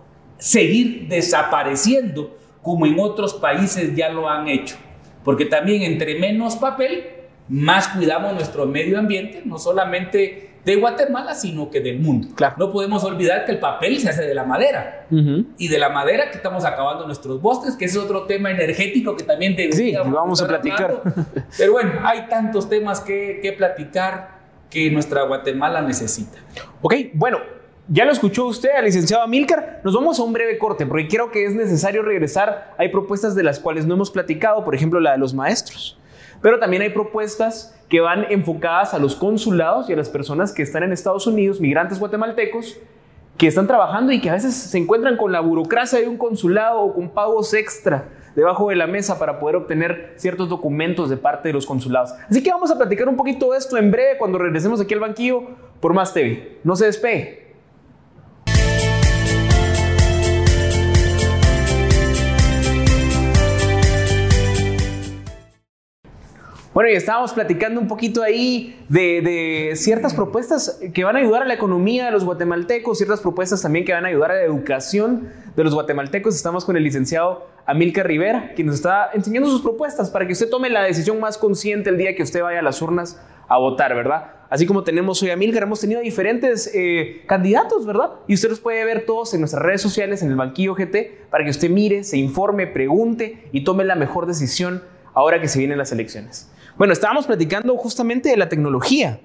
seguir desapareciendo, como en otros países ya lo han hecho. Porque también entre menos papel, más cuidamos nuestro medio ambiente, no solamente de Guatemala, sino que del mundo.
Claro.
No podemos olvidar que el papel se hace de la madera. Y de la madera que estamos acabando nuestros bosques, que ese es otro tema energético que también deberíamos
vamos a platicar.
Pero bueno, hay tantos temas que platicar que nuestra Guatemala necesita.
Ok, bueno, ya lo escuchó usted al licenciado Amílcar. Nos vamos a un breve corte porque creo que es necesario regresar. Hay propuestas de las cuales no hemos platicado, por ejemplo la de los maestros. Pero también hay propuestas que van enfocadas a los consulados y a las personas que están en Estados Unidos, migrantes guatemaltecos, que están trabajando y que a veces se encuentran con la burocracia de un consulado o con pagos extra debajo de la mesa para poder obtener ciertos documentos de parte de los consulados. Así que vamos a platicar un poquito de esto en breve cuando regresemos aquí al banquillo por Más TV. No se despegue. Bueno, y estábamos platicando un poquito ahí de ciertas propuestas que van a ayudar a la economía de los guatemaltecos, ciertas propuestas también que van a ayudar a la educación de los guatemaltecos. Estamos con el licenciado Amílcar Rivera, quien nos está enseñando sus propuestas para que usted tome la decisión más consciente el día que usted vaya a las urnas a votar, ¿verdad? Así como tenemos hoy a Amílcar, hemos tenido diferentes candidatos, ¿verdad? Y usted los puede ver todos en nuestras redes sociales, en el Banquillo GT, para que usted mire, se informe, pregunte y tome la mejor decisión ahora que se vienen las elecciones. Bueno, estábamos platicando justamente de la tecnología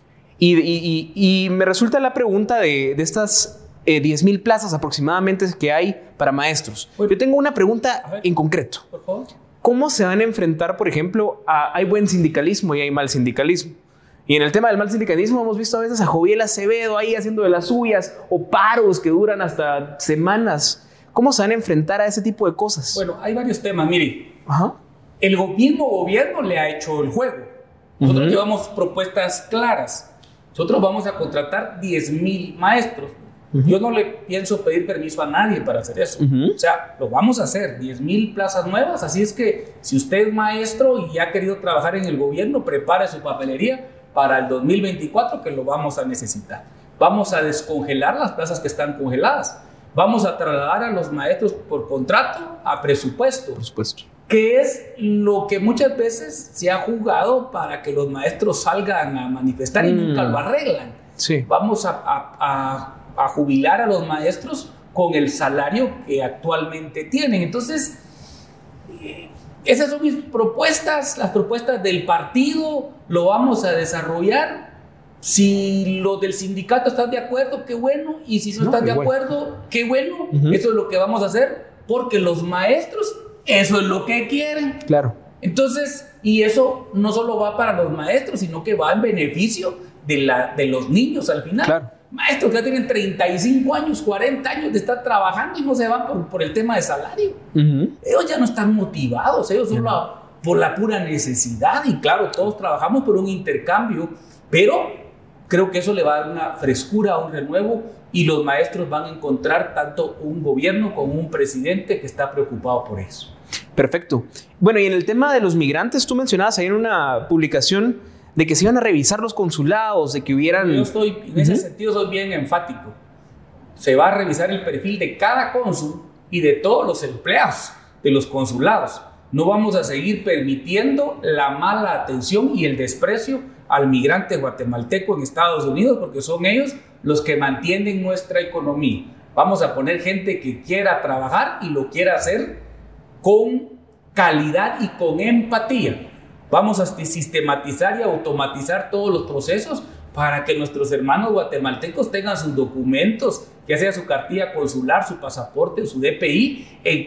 y me resulta la pregunta de estas 10,000 plazas aproximadamente que hay para maestros. Yo tengo una pregunta en concreto.
Por favor.
¿Cómo se van a enfrentar, por ejemplo, hay buen sindicalismo y hay mal sindicalismo? Y en el tema del mal sindicalismo hemos visto a veces a Joviel Acevedo ahí haciendo de las suyas o paros que duran hasta semanas. ¿Cómo se van a enfrentar a ese tipo de cosas?
Bueno, hay varios temas, mire. El mismo gobierno le ha hecho el juego. Nosotros llevamos propuestas claras. Nosotros vamos a contratar 10,000 maestros. Yo no le pienso pedir permiso a nadie para hacer eso. O sea, lo vamos a hacer, 10,000 plazas nuevas. Así es que si usted es maestro y ha querido trabajar en el gobierno, prepare su papelería para el 2024, que lo vamos a necesitar. Vamos a descongelar las plazas que están congeladas. Vamos a trasladar a los maestros por contrato a presupuesto.
Por supuesto.
Que es lo que muchas veces se ha jugado para que los maestros salgan a manifestar y nunca lo arreglan.
Sí.
Vamos a jubilar a los maestros con el salario que actualmente tienen. Entonces, esas son mis propuestas, las propuestas del partido, lo vamos a desarrollar. Si los del sindicato están de acuerdo, qué bueno, y si no están de acuerdo, qué bueno. Eso es lo que vamos a hacer, porque los maestros, eso es lo que quieren.
Claro.
Entonces, y eso no solo va para los maestros, sino que va en beneficio de los niños al final.
Claro.
Maestros que ya tienen 35 años, 40 años de estar trabajando y no se van por el tema de salario. Ellos ya no están motivados, ellos son por la pura necesidad. Y claro, todos trabajamos por un intercambio, pero creo que eso le va a dar una frescura, un renuevo y los maestros van a encontrar tanto un gobierno como un presidente que está preocupado por eso.
Perfecto. Bueno, y en el tema de los migrantes, tú mencionabas ahí en una publicación de que se iban a revisar los consulados, de que hubieran...
Yo estoy, en ese sentido, soy bien enfático. Se va a revisar el perfil de cada cónsul y de todos los empleados de los consulados. No vamos a seguir permitiendo la mala atención y el desprecio al migrante guatemalteco en Estados Unidos, porque son ellos los que mantienen nuestra economía. Vamos a poner gente que quiera trabajar y lo quiera hacer con calidad y con empatía. Vamos a sistematizar y automatizar todos los procesos para que nuestros hermanos guatemaltecos tengan sus documentos, ya sea su cartilla consular, su pasaporte o su DPI, en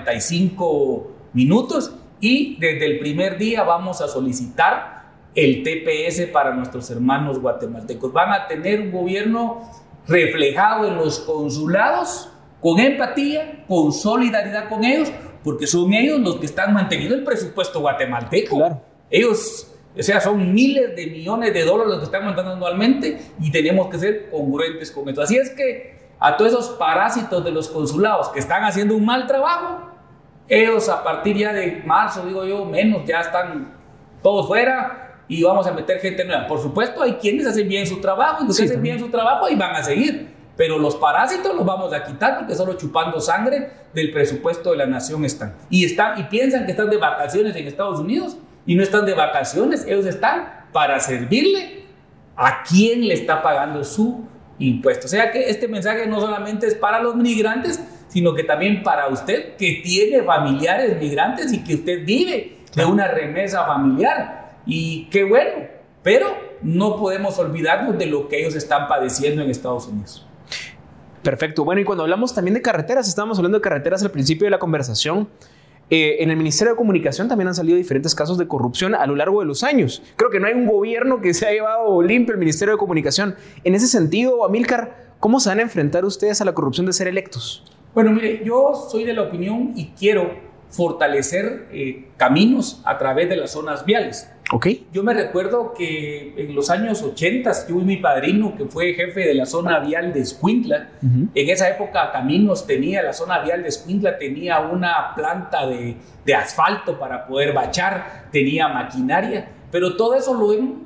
45 minutos. Y desde el primer día vamos a solicitar el TPS para nuestros hermanos guatemaltecos. Van a tener un gobierno reflejado en los consulados, con empatía, con solidaridad con ellos, porque son ellos los que están manteniendo el presupuesto guatemalteco.
Claro.
Ellos, o sea, son miles de millones de dólares los que están mandando anualmente y tenemos que ser congruentes con esto. Así es que a todos esos parásitos de los consulados que están haciendo un mal trabajo, ellos a partir ya de marzo, digo yo, menos, ya están todos fuera y vamos a meter gente nueva. Por supuesto, hay quienes hacen bien su trabajo y los que hacen bien su trabajo y van a seguir. Pero los parásitos los vamos a quitar porque solo chupando sangre del presupuesto de la nación están. Y piensan que están de vacaciones en Estados Unidos y no están de vacaciones. Ellos están para servirle a quien le está pagando su impuesto. O sea que este mensaje no solamente es para los migrantes, sino que también para usted que tiene familiares migrantes y que usted vive de una remesa familiar. Y qué bueno, pero no podemos olvidarnos de lo que ellos están padeciendo en Estados Unidos.
Perfecto. Bueno, y cuando hablamos también de carreteras, estábamos hablando de carreteras al principio de la conversación. En el Ministerio de Comunicación también han salido diferentes casos de corrupción a lo largo de los años. Creo que no hay un gobierno que se haya llevado limpio el Ministerio de Comunicación. En ese sentido, Amílcar, ¿cómo se van a enfrentar ustedes a la corrupción de ser electos?
Bueno, mire, yo soy de la opinión y quiero fortalecer caminos a través de las zonas viales.
Okay.
Yo me recuerdo que en los años 80 yo y mi padrino, que fue jefe de la zona vial de Escuintla, en esa época la zona vial de Escuintla tenía una planta de asfalto para poder bachar, tenía maquinaria, pero todo eso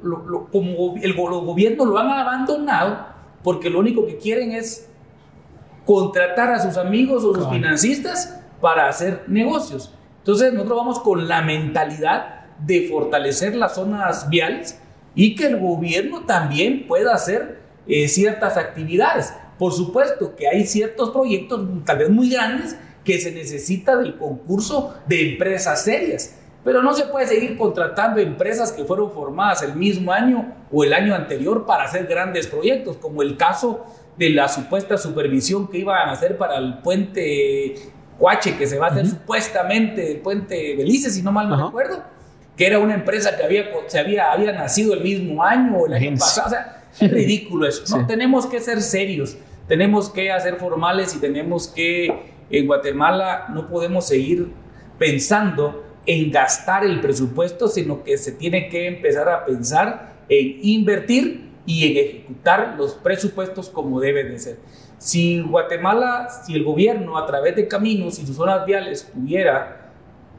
como los gobiernos lo han abandonado porque lo único que quieren es contratar a sus amigos o sus financistas para hacer negocios. Entonces nosotros vamos con la mentalidad de fortalecer las zonas viales y que el gobierno también pueda hacer ciertas actividades. Por supuesto que hay ciertos proyectos tal vez muy grandes que se necesita del concurso de empresas serias, pero no se puede seguir contratando empresas que fueron formadas el mismo año o el año anterior para hacer grandes proyectos, como el caso de la supuesta supervisión que iban a hacer para el puente Cuache, que se va a hacer supuestamente el puente Belice, si no mal me recuerdo, que era una empresa que había nacido el mismo año o el año pasado. O sea, es ridículo eso, ¿no? Tenemos que ser serios, tenemos que hacer formales y tenemos que, en Guatemala, no podemos seguir pensando en gastar el presupuesto, sino que se tiene que empezar a pensar en invertir y en ejecutar los presupuestos como deben de ser. Si el gobierno a través de caminos y sus zonas viales tuviera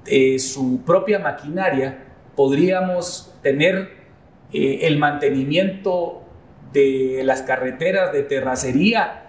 su propia maquinaria, podríamos tener el mantenimiento de las carreteras de terracería,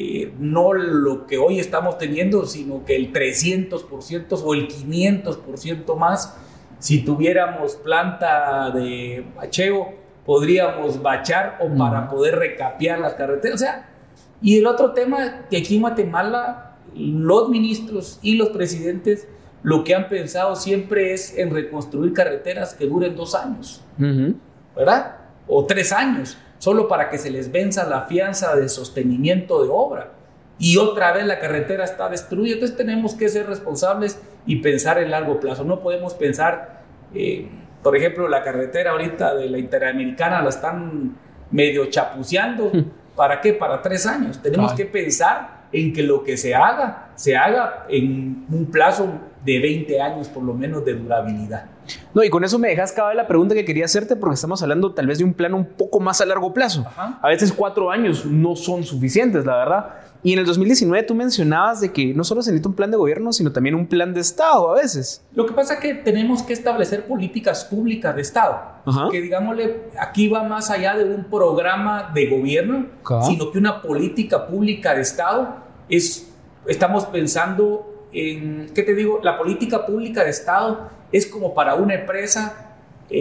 no lo que hoy estamos teniendo, sino que el 300% o el 500% más. Si tuviéramos planta de bacheo, podríamos bachar o para poder recapear las carreteras. O sea, y el otro tema, que aquí en Guatemala los ministros y los presidentes lo que han pensado siempre es en reconstruir carreteras que duren 2 años, ¿verdad? O 3 años, solo para que se les venza la fianza de sostenimiento de obra. Y otra vez la carretera está destruida. Entonces tenemos que ser responsables y pensar en largo plazo. No podemos pensar, por ejemplo, la carretera ahorita de la Interamericana la están medio chapuceando. ¿Para qué? Para 3 años. Tenemos que pensar en que lo que se haga en un plazo de 20 años por lo menos de durabilidad.
No, y con eso me dejas caber la pregunta que quería hacerte, porque estamos hablando tal vez de un plan un poco más a largo plazo.
Ajá.
A veces 4 años no son suficientes, la verdad. Y en el 2019 tú mencionabas de que no solo se necesita un plan de gobierno, sino también un plan de Estado a veces.
Lo que pasa es que tenemos que establecer políticas públicas de Estado.
Ajá.
Que digámosle, aquí va más allá de un programa de gobierno, sino que una política pública de Estado estamos pensando en, ¿qué te digo? La política pública de Estado es como para una empresa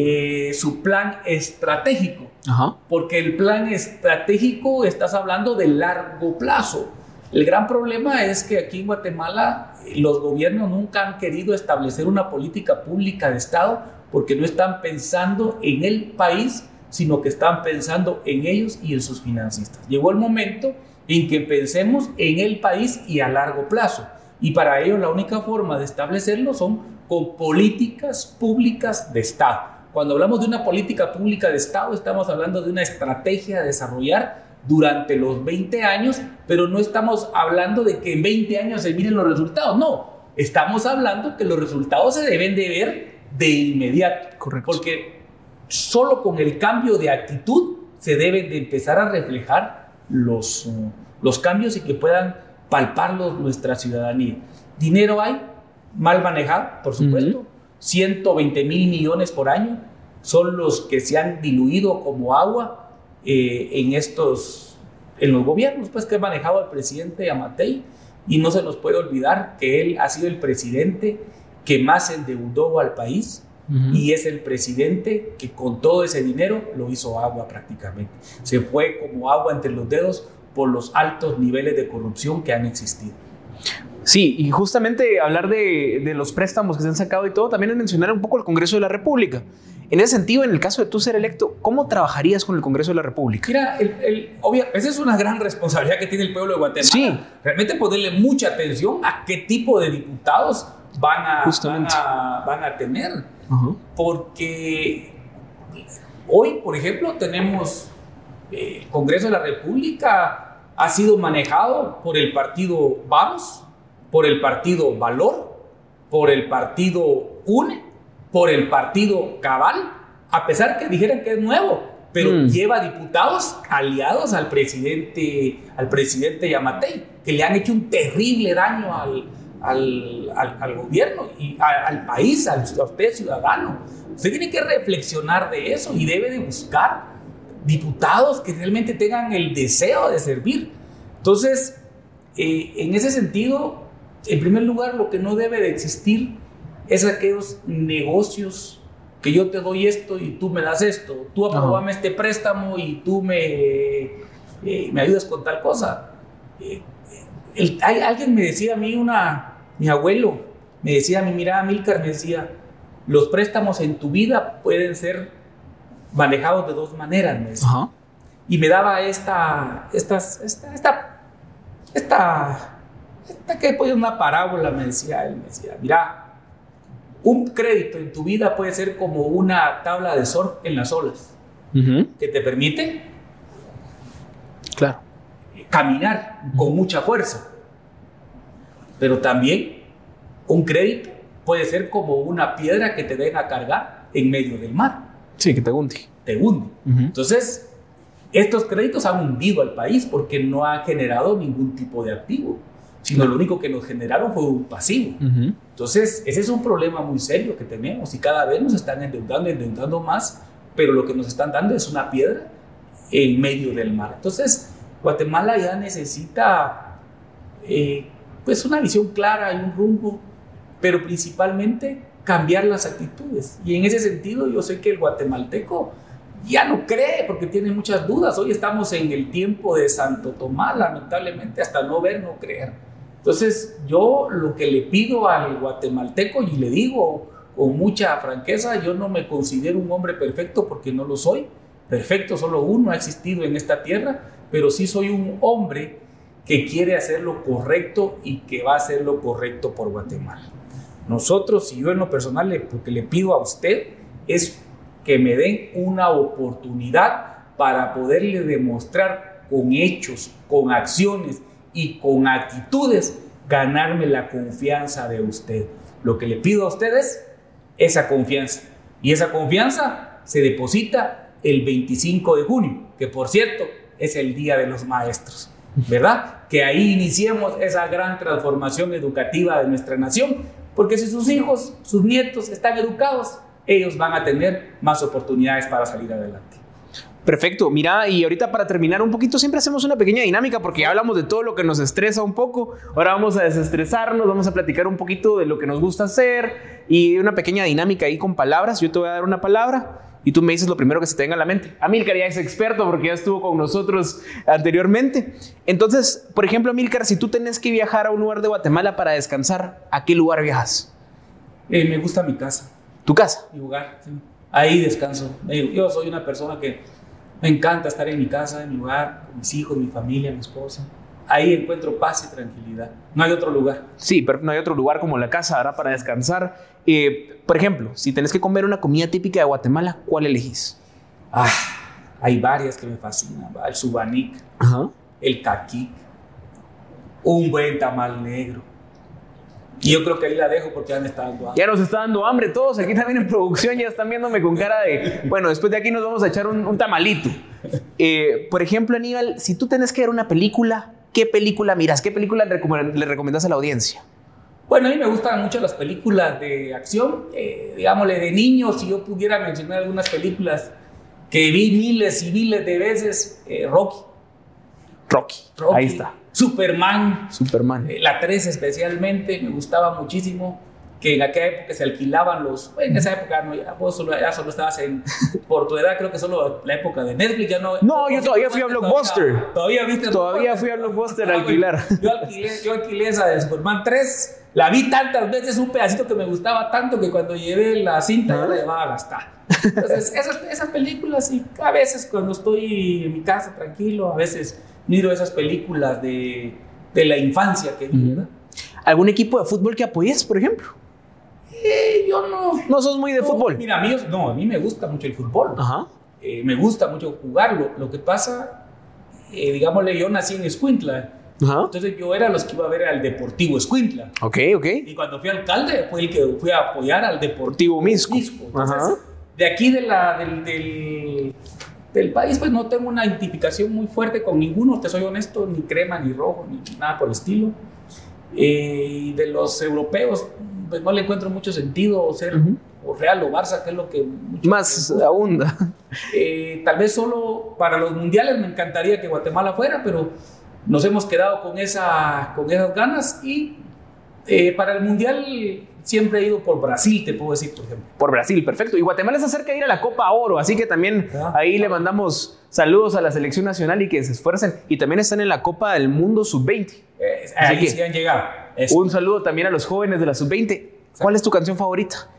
su plan estratégico.
Ajá.
Porque el plan estratégico estás hablando de largo plazo. El gran problema es que aquí en Guatemala los gobiernos nunca han querido establecer una política pública de Estado porque no están pensando en el país, sino que están pensando en ellos y en sus financistas. Llegó el momento en que pensemos en el país y a largo plazo. Y para ello la única forma de establecerlo son con políticas públicas de Estado. Cuando hablamos de una política pública de Estado, estamos hablando de una estrategia a desarrollar durante los 20 años, pero no estamos hablando de que en 20 años se miren los resultados. No, estamos hablando que los resultados se deben de ver de inmediato.
Correcto.
Porque solo con el cambio de actitud se deben de empezar a reflejar los cambios y que puedan palparlos nuestra ciudadanía. Dinero hay, mal manejado, por supuesto. 120,000 millones por año son los que se han diluido como agua en los gobiernos pues, que ha manejado el presidente Yamatei, y no se nos puede olvidar que él ha sido el presidente que más endeudó al país y es el presidente que con todo ese dinero lo hizo agua prácticamente. Se fue como agua entre los dedos por los altos niveles de corrupción que han existido.
Sí, y justamente hablar de los préstamos que se han sacado y todo, también es mencionar un poco el Congreso de la República. En ese sentido, en el caso de tú ser electo, ¿cómo trabajarías con el Congreso de la República?
Mira, esa es una gran responsabilidad que tiene el pueblo de Guatemala.
Sí.
Realmente ponerle mucha atención a qué tipo de diputados van a tener. Porque hoy, por ejemplo, tenemos el Congreso de la República ha sido manejado por el partido Vamos, por el partido Valor, por el partido UNE, por el partido Cabal, a pesar que dijeran que es nuevo, pero lleva diputados aliados al presidente Yamatei, que le han hecho un terrible daño al gobierno y al país, a usted ciudadano. Usted tiene que reflexionar de eso y debe de buscar diputados que realmente tengan el deseo de servir. Entonces, en ese sentido, en primer lugar, lo que no debe de existir es aquellos negocios que yo te doy esto y tú me das esto. Tú aprobame este préstamo y tú me ayudas con tal cosa. Alguien me decía a mí, mi abuelo, me decía a mí, mira, Amílcar, me decía, los préstamos en tu vida pueden ser manejados de dos maneras, me decía. Y me daba esta que pues una parábola, me decía él, me decía, mira, un crédito en tu vida puede ser como una tabla de surf en las olas, que te permite caminar con mucha fuerza, pero también un crédito puede ser como una piedra que te deja cargar en medio del mar.
Sí, que te hunde.
Te hunde. Entonces, estos créditos han hundido al país porque no han generado ningún tipo de activo, sino lo único que nos generaron fue un pasivo. Entonces, ese es un problema muy serio que tenemos y cada vez nos están endeudando más, pero lo que nos están dando es una piedra en medio del mar. Entonces, Guatemala ya necesita pues una visión clara y un rumbo, pero principalmente cambiar las actitudes. Y en ese sentido yo sé que el guatemalteco ya no cree porque tiene muchas dudas. Hoy estamos en el tiempo de Santo Tomás, lamentablemente, hasta no ver, no creer. Entonces yo lo que le pido al guatemalteco, y le digo con mucha franqueza, yo no me considero un hombre perfecto porque no lo soy. Perfecto solo uno ha existido en esta tierra, pero sí soy un hombre que quiere hacer lo correcto y que va a hacer lo correcto por Guatemala. Nosotros, y yo en lo personal, lo que le pido a usted es que me den una oportunidad para poderle demostrar con hechos, con acciones y con actitudes, ganarme la confianza de usted. Lo que le pido a ustedes es esa confianza. Y esa confianza se deposita el 25 de junio, que por cierto es el Día de los Maestros, ¿verdad? Que ahí iniciemos esa gran transformación educativa de nuestra nación, porque si sus hijos, sus nietos están educados, ellos van a tener más oportunidades para salir adelante.
Perfecto, mira, y ahorita para terminar un poquito siempre hacemos una pequeña dinámica porque ya hablamos de todo lo que nos estresa un poco. Ahora vamos a desestresarnos, vamos a platicar un poquito de lo que nos gusta hacer y una pequeña dinámica ahí con palabras. Yo te voy a dar una palabra y tú me dices lo primero que se te venga a la mente. Amílcar ya es experto porque ya estuvo con nosotros anteriormente. Entonces, por ejemplo, Amílcar, si tú tenés que viajar a un lugar de Guatemala para descansar, ¿a qué lugar viajas?
Me gusta mi casa.
¿Tu casa?
Mi hogar, sí. Ahí descanso. Yo soy una persona que me encanta estar en mi casa, en mi hogar, con mis hijos, mi familia, mi esposa. Ahí encuentro paz y tranquilidad. No hay otro lugar.
Sí, pero no hay otro lugar como la casa, ¿verdad? Para descansar. Por ejemplo, si tenés que comer una comida típica de Guatemala, ¿cuál elegís?
Hay varias que me fascinan. El subanic, el caquic, un buen tamal negro. Y yo creo que ahí la dejo porque ya me está dando hambre.
Ya nos está dando hambre todos. Aquí también en producción ya están viéndome con cara de... Bueno, después de aquí nos vamos a echar un tamalito. Por ejemplo, Aníbal, si tú tenés que ver una película, ¿qué película miras? ¿Qué película le recomendás a la audiencia?
Bueno, a mí me gustan mucho las películas de acción. Digámosle, de niño, si yo pudiera mencionar algunas películas que vi miles y miles de veces, Rocky.
Ahí está.
Superman. La 3 especialmente, me gustaba muchísimo. Que en aquella época se alquilaban en esa época, no, vos solo estabas por tu edad, creo que solo la época de Netflix, ya no.
No, yo todavía fui a Blockbuster.
Todavía
fui a Blockbuster a alquilar.
Yo alquilé esa de Superman 3, la vi tantas veces, un pedacito que me gustaba tanto que cuando llevé la cinta ya la llevaba a gastar. Entonces, esas películas, y a veces cuando estoy en mi casa tranquilo, a veces miro esas películas de la infancia que vi, ¿verdad?
¿Algún equipo de fútbol que apoyes, por ejemplo?
Yo no.
¿No sos muy de fútbol?
Mira, a mí me gusta mucho el fútbol. Me gusta mucho jugarlo. Lo que pasa, digámosle, yo nací en Escuintla. Entonces yo era los que iba a ver al Deportivo Escuintla.
Ok.
Y cuando fui alcalde, fue el que fui a apoyar al Deportivo
Misco.
Entonces, de aquí del país, pues no tengo una identificación muy fuerte con ninguno, te soy honesto, ni crema, ni rojo, ni nada por el estilo. Y de los europeos, pues no le encuentro mucho sentido ser o Real o Barça, que es lo que
más abunda.
Tal vez solo para los mundiales me encantaría que Guatemala fuera, pero nos hemos quedado con esas ganas. Y para el mundial siempre he ido por Brasil, te puedo decir, por ejemplo. Por
Brasil, perfecto. Y Guatemala está cerca de ir a la Copa Oro, así que también ahí le mandamos saludos a la selección nacional y que se esfuercen. Y también están en la Copa del Mundo Sub-20.
Ahí sí han llegado.
Un saludo también a los jóvenes de la Sub-20. ¿Cuál es tu canción favorita?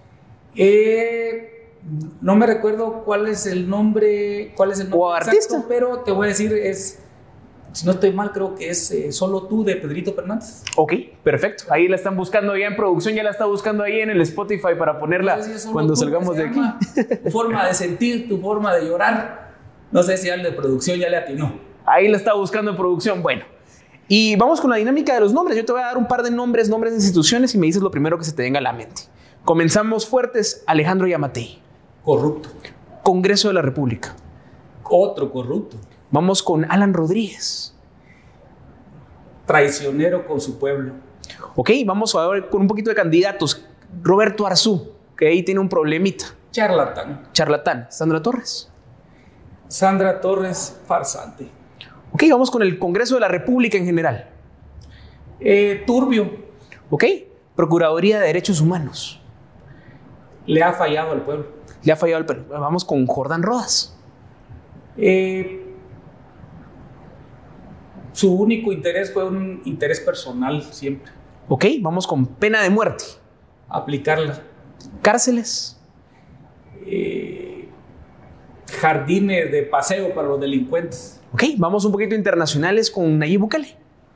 No me recuerdo cuál es el nombre
o
exacto,
artista,
pero te voy a decir, si no estoy mal, creo que es Solo Tú, de Pedrito Fernández.
Ok, perfecto. Ahí la están buscando ya en producción, ya la está buscando ahí en el Spotify para ponerla cuando salgamos de aquí.
Tu forma de sentir, tu forma de llorar. No sé si al de producción ya le atinó.
Ahí la está buscando en producción. Bueno, y vamos con la dinámica de los nombres. Yo te voy a dar un par de nombres de instituciones y me dices lo primero que se te venga a la mente. Comenzamos fuertes. Alejandro Yamatei.
Corrupto.
Congreso de la República.
Otro corrupto.
Vamos con Alan Rodríguez.
Traicionero con su pueblo.
Ok, vamos a ver con un poquito de candidatos. Roberto Arzú, que ahí tiene un problemita.
Charlatán.
Sandra Torres.
Sandra Torres, farsante.
Ok, vamos con el Congreso de la República en general.
Turbio.
Ok, Procuraduría de Derechos Humanos.
Le ha fallado al pueblo.
Vamos con Jordán Rodas.
Su único interés fue un interés personal siempre.
Ok, vamos con pena de muerte.
Aplicarla.
Cárceles.
Jardines de paseo para los delincuentes.
Ok, vamos un poquito internacionales con Nayib Bukele.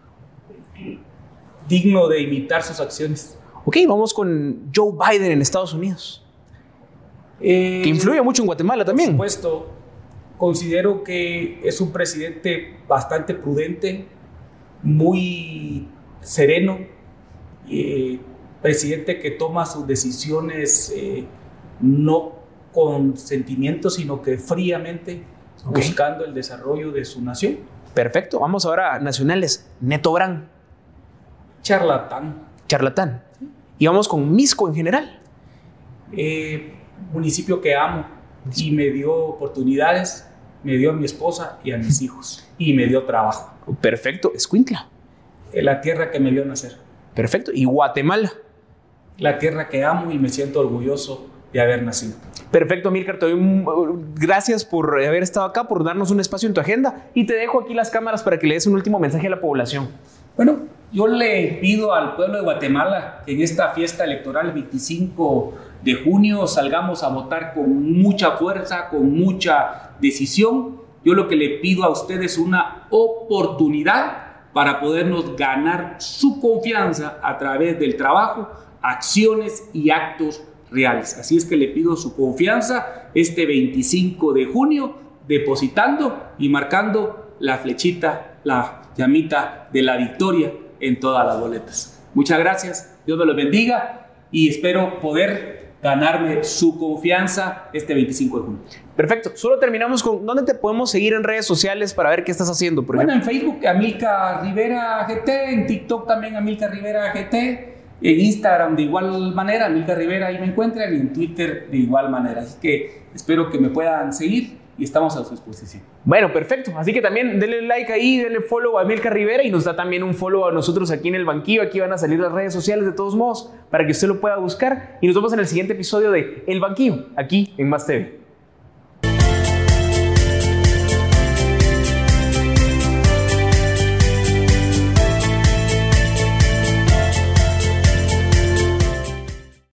Digno de imitar sus acciones.
Ok, vamos con Joe Biden en Estados Unidos. Que influye mucho en Guatemala también.
Por supuesto. Considero que es un presidente bastante prudente, muy sereno, presidente que toma sus decisiones no con sentimiento, sino que fríamente, buscando el desarrollo de su nación.
Perfecto. Vamos ahora a nacionales. Neto Brand.
Charlatán.
Y vamos con Mixco en general.
Municipio que amo y me dio oportunidades, me dio a mi esposa y a mis hijos y me dio trabajo.
Perfecto. Escuintla.
La tierra que me vio nacer.
Perfecto. Y Guatemala.
La tierra que amo y me siento orgulloso de haber nacido.
Perfecto, Amílcar, te doy gracias por haber estado acá, por darnos un espacio en tu agenda, y te dejo aquí las cámaras para que le des un último mensaje a la población.
Bueno, yo le pido al pueblo de Guatemala que en esta fiesta electoral 25 de junio salgamos a votar con mucha fuerza, con mucha decisión. Yo lo que le pido a ustedes es una oportunidad para podernos ganar su confianza a través del trabajo, acciones y actos reales. Así es que le pido su confianza este 25 de junio, depositando y marcando la flechita, la llamita de la victoria en todas las boletas. Muchas gracias, Dios me los bendiga y espero poder ganarme su confianza este 25 de junio.
Perfecto, solo terminamos con ¿dónde te podemos seguir en redes sociales para ver qué estás haciendo? Por ejemplo,
en Facebook Amílcar Rivera GT, en TikTok también Amílcar Rivera GT, en Instagram de igual manera, Amílcar Rivera, ahí me encuentran, y en Twitter de igual manera. Así que espero que me puedan seguir y estamos a su disposición.
Bueno, perfecto. Así que también denle like ahí, denle follow a Amílcar Rivera y nos da también un follow a nosotros aquí en El Banquillo. Aquí van a salir las redes sociales de todos modos para que usted lo pueda buscar. Y nos vemos en el siguiente episodio de El Banquillo, aquí en Más TV.